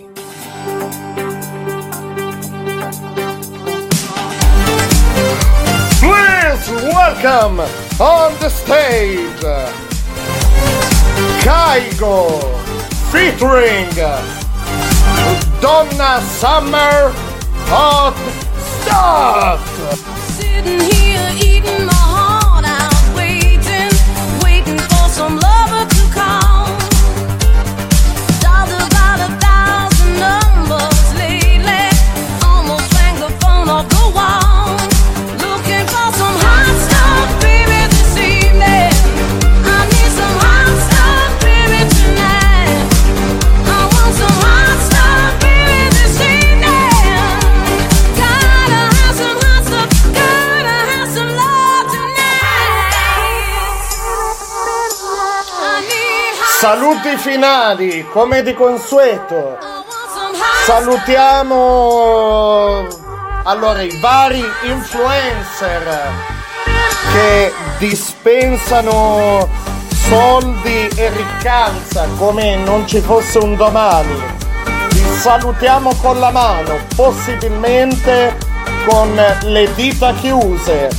Please welcome on the stage Kygo featuring Donna Summer Hot Stuff. Sitting here eating my heart out, waiting for some lover to call. Dialed about 1,000 numbers lately, almost rang the phone off the wall. Looking for some hot stuff, baby, this evening. I need some hot stuff, baby, tonight. I want some hot stuff, baby, this evening. Gotta have some hot stuff, gotta have some love tonight. I need hot. Saluti finali, come di consueto. Salutiamo allora i vari influencer che dispensano soldi e ricchezza come non ci fosse un domani. Li salutiamo con la mano, possibilmente con le dita chiuse,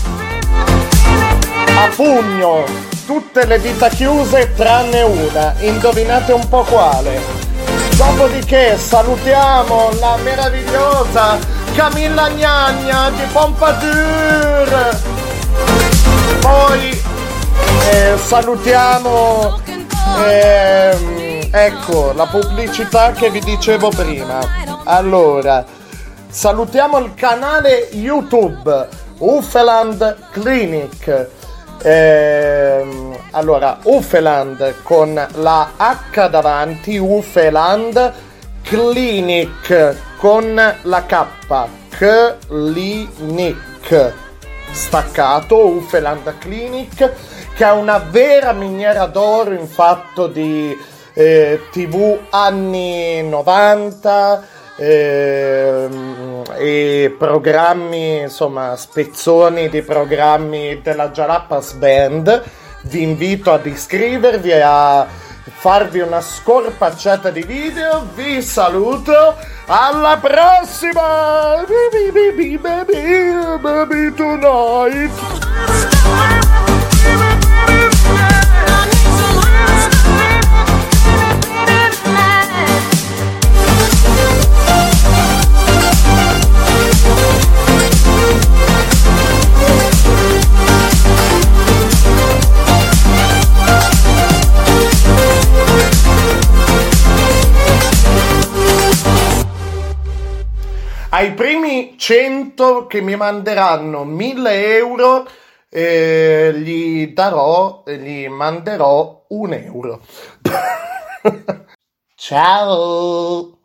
a pugno, tutte le dita chiuse tranne una. Indovinate un po' quale. Dopodiché salutiamo la meravigliosa Camilla Gnagna di Pompadour. Poi salutiamo ecco la pubblicità che vi dicevo prima. Allora, salutiamo il canale YouTube Uffeland Clinic. Allora, Uffeland con la H davanti, Uffeland Clinic con la K, Clinic staccato, Uffeland Clinic, che ha una vera miniera d'oro in fatto di TV anni 90 e programmi, insomma spezzoni di programmi della Jalapas Band. Vi invito ad iscrivervi e a farvi una scorpacciata di video. Vi saluto, alla prossima, baby tonight. Ai primi 100 che mi manderanno 1.000 euro gli manderò 1 euro. Ciao!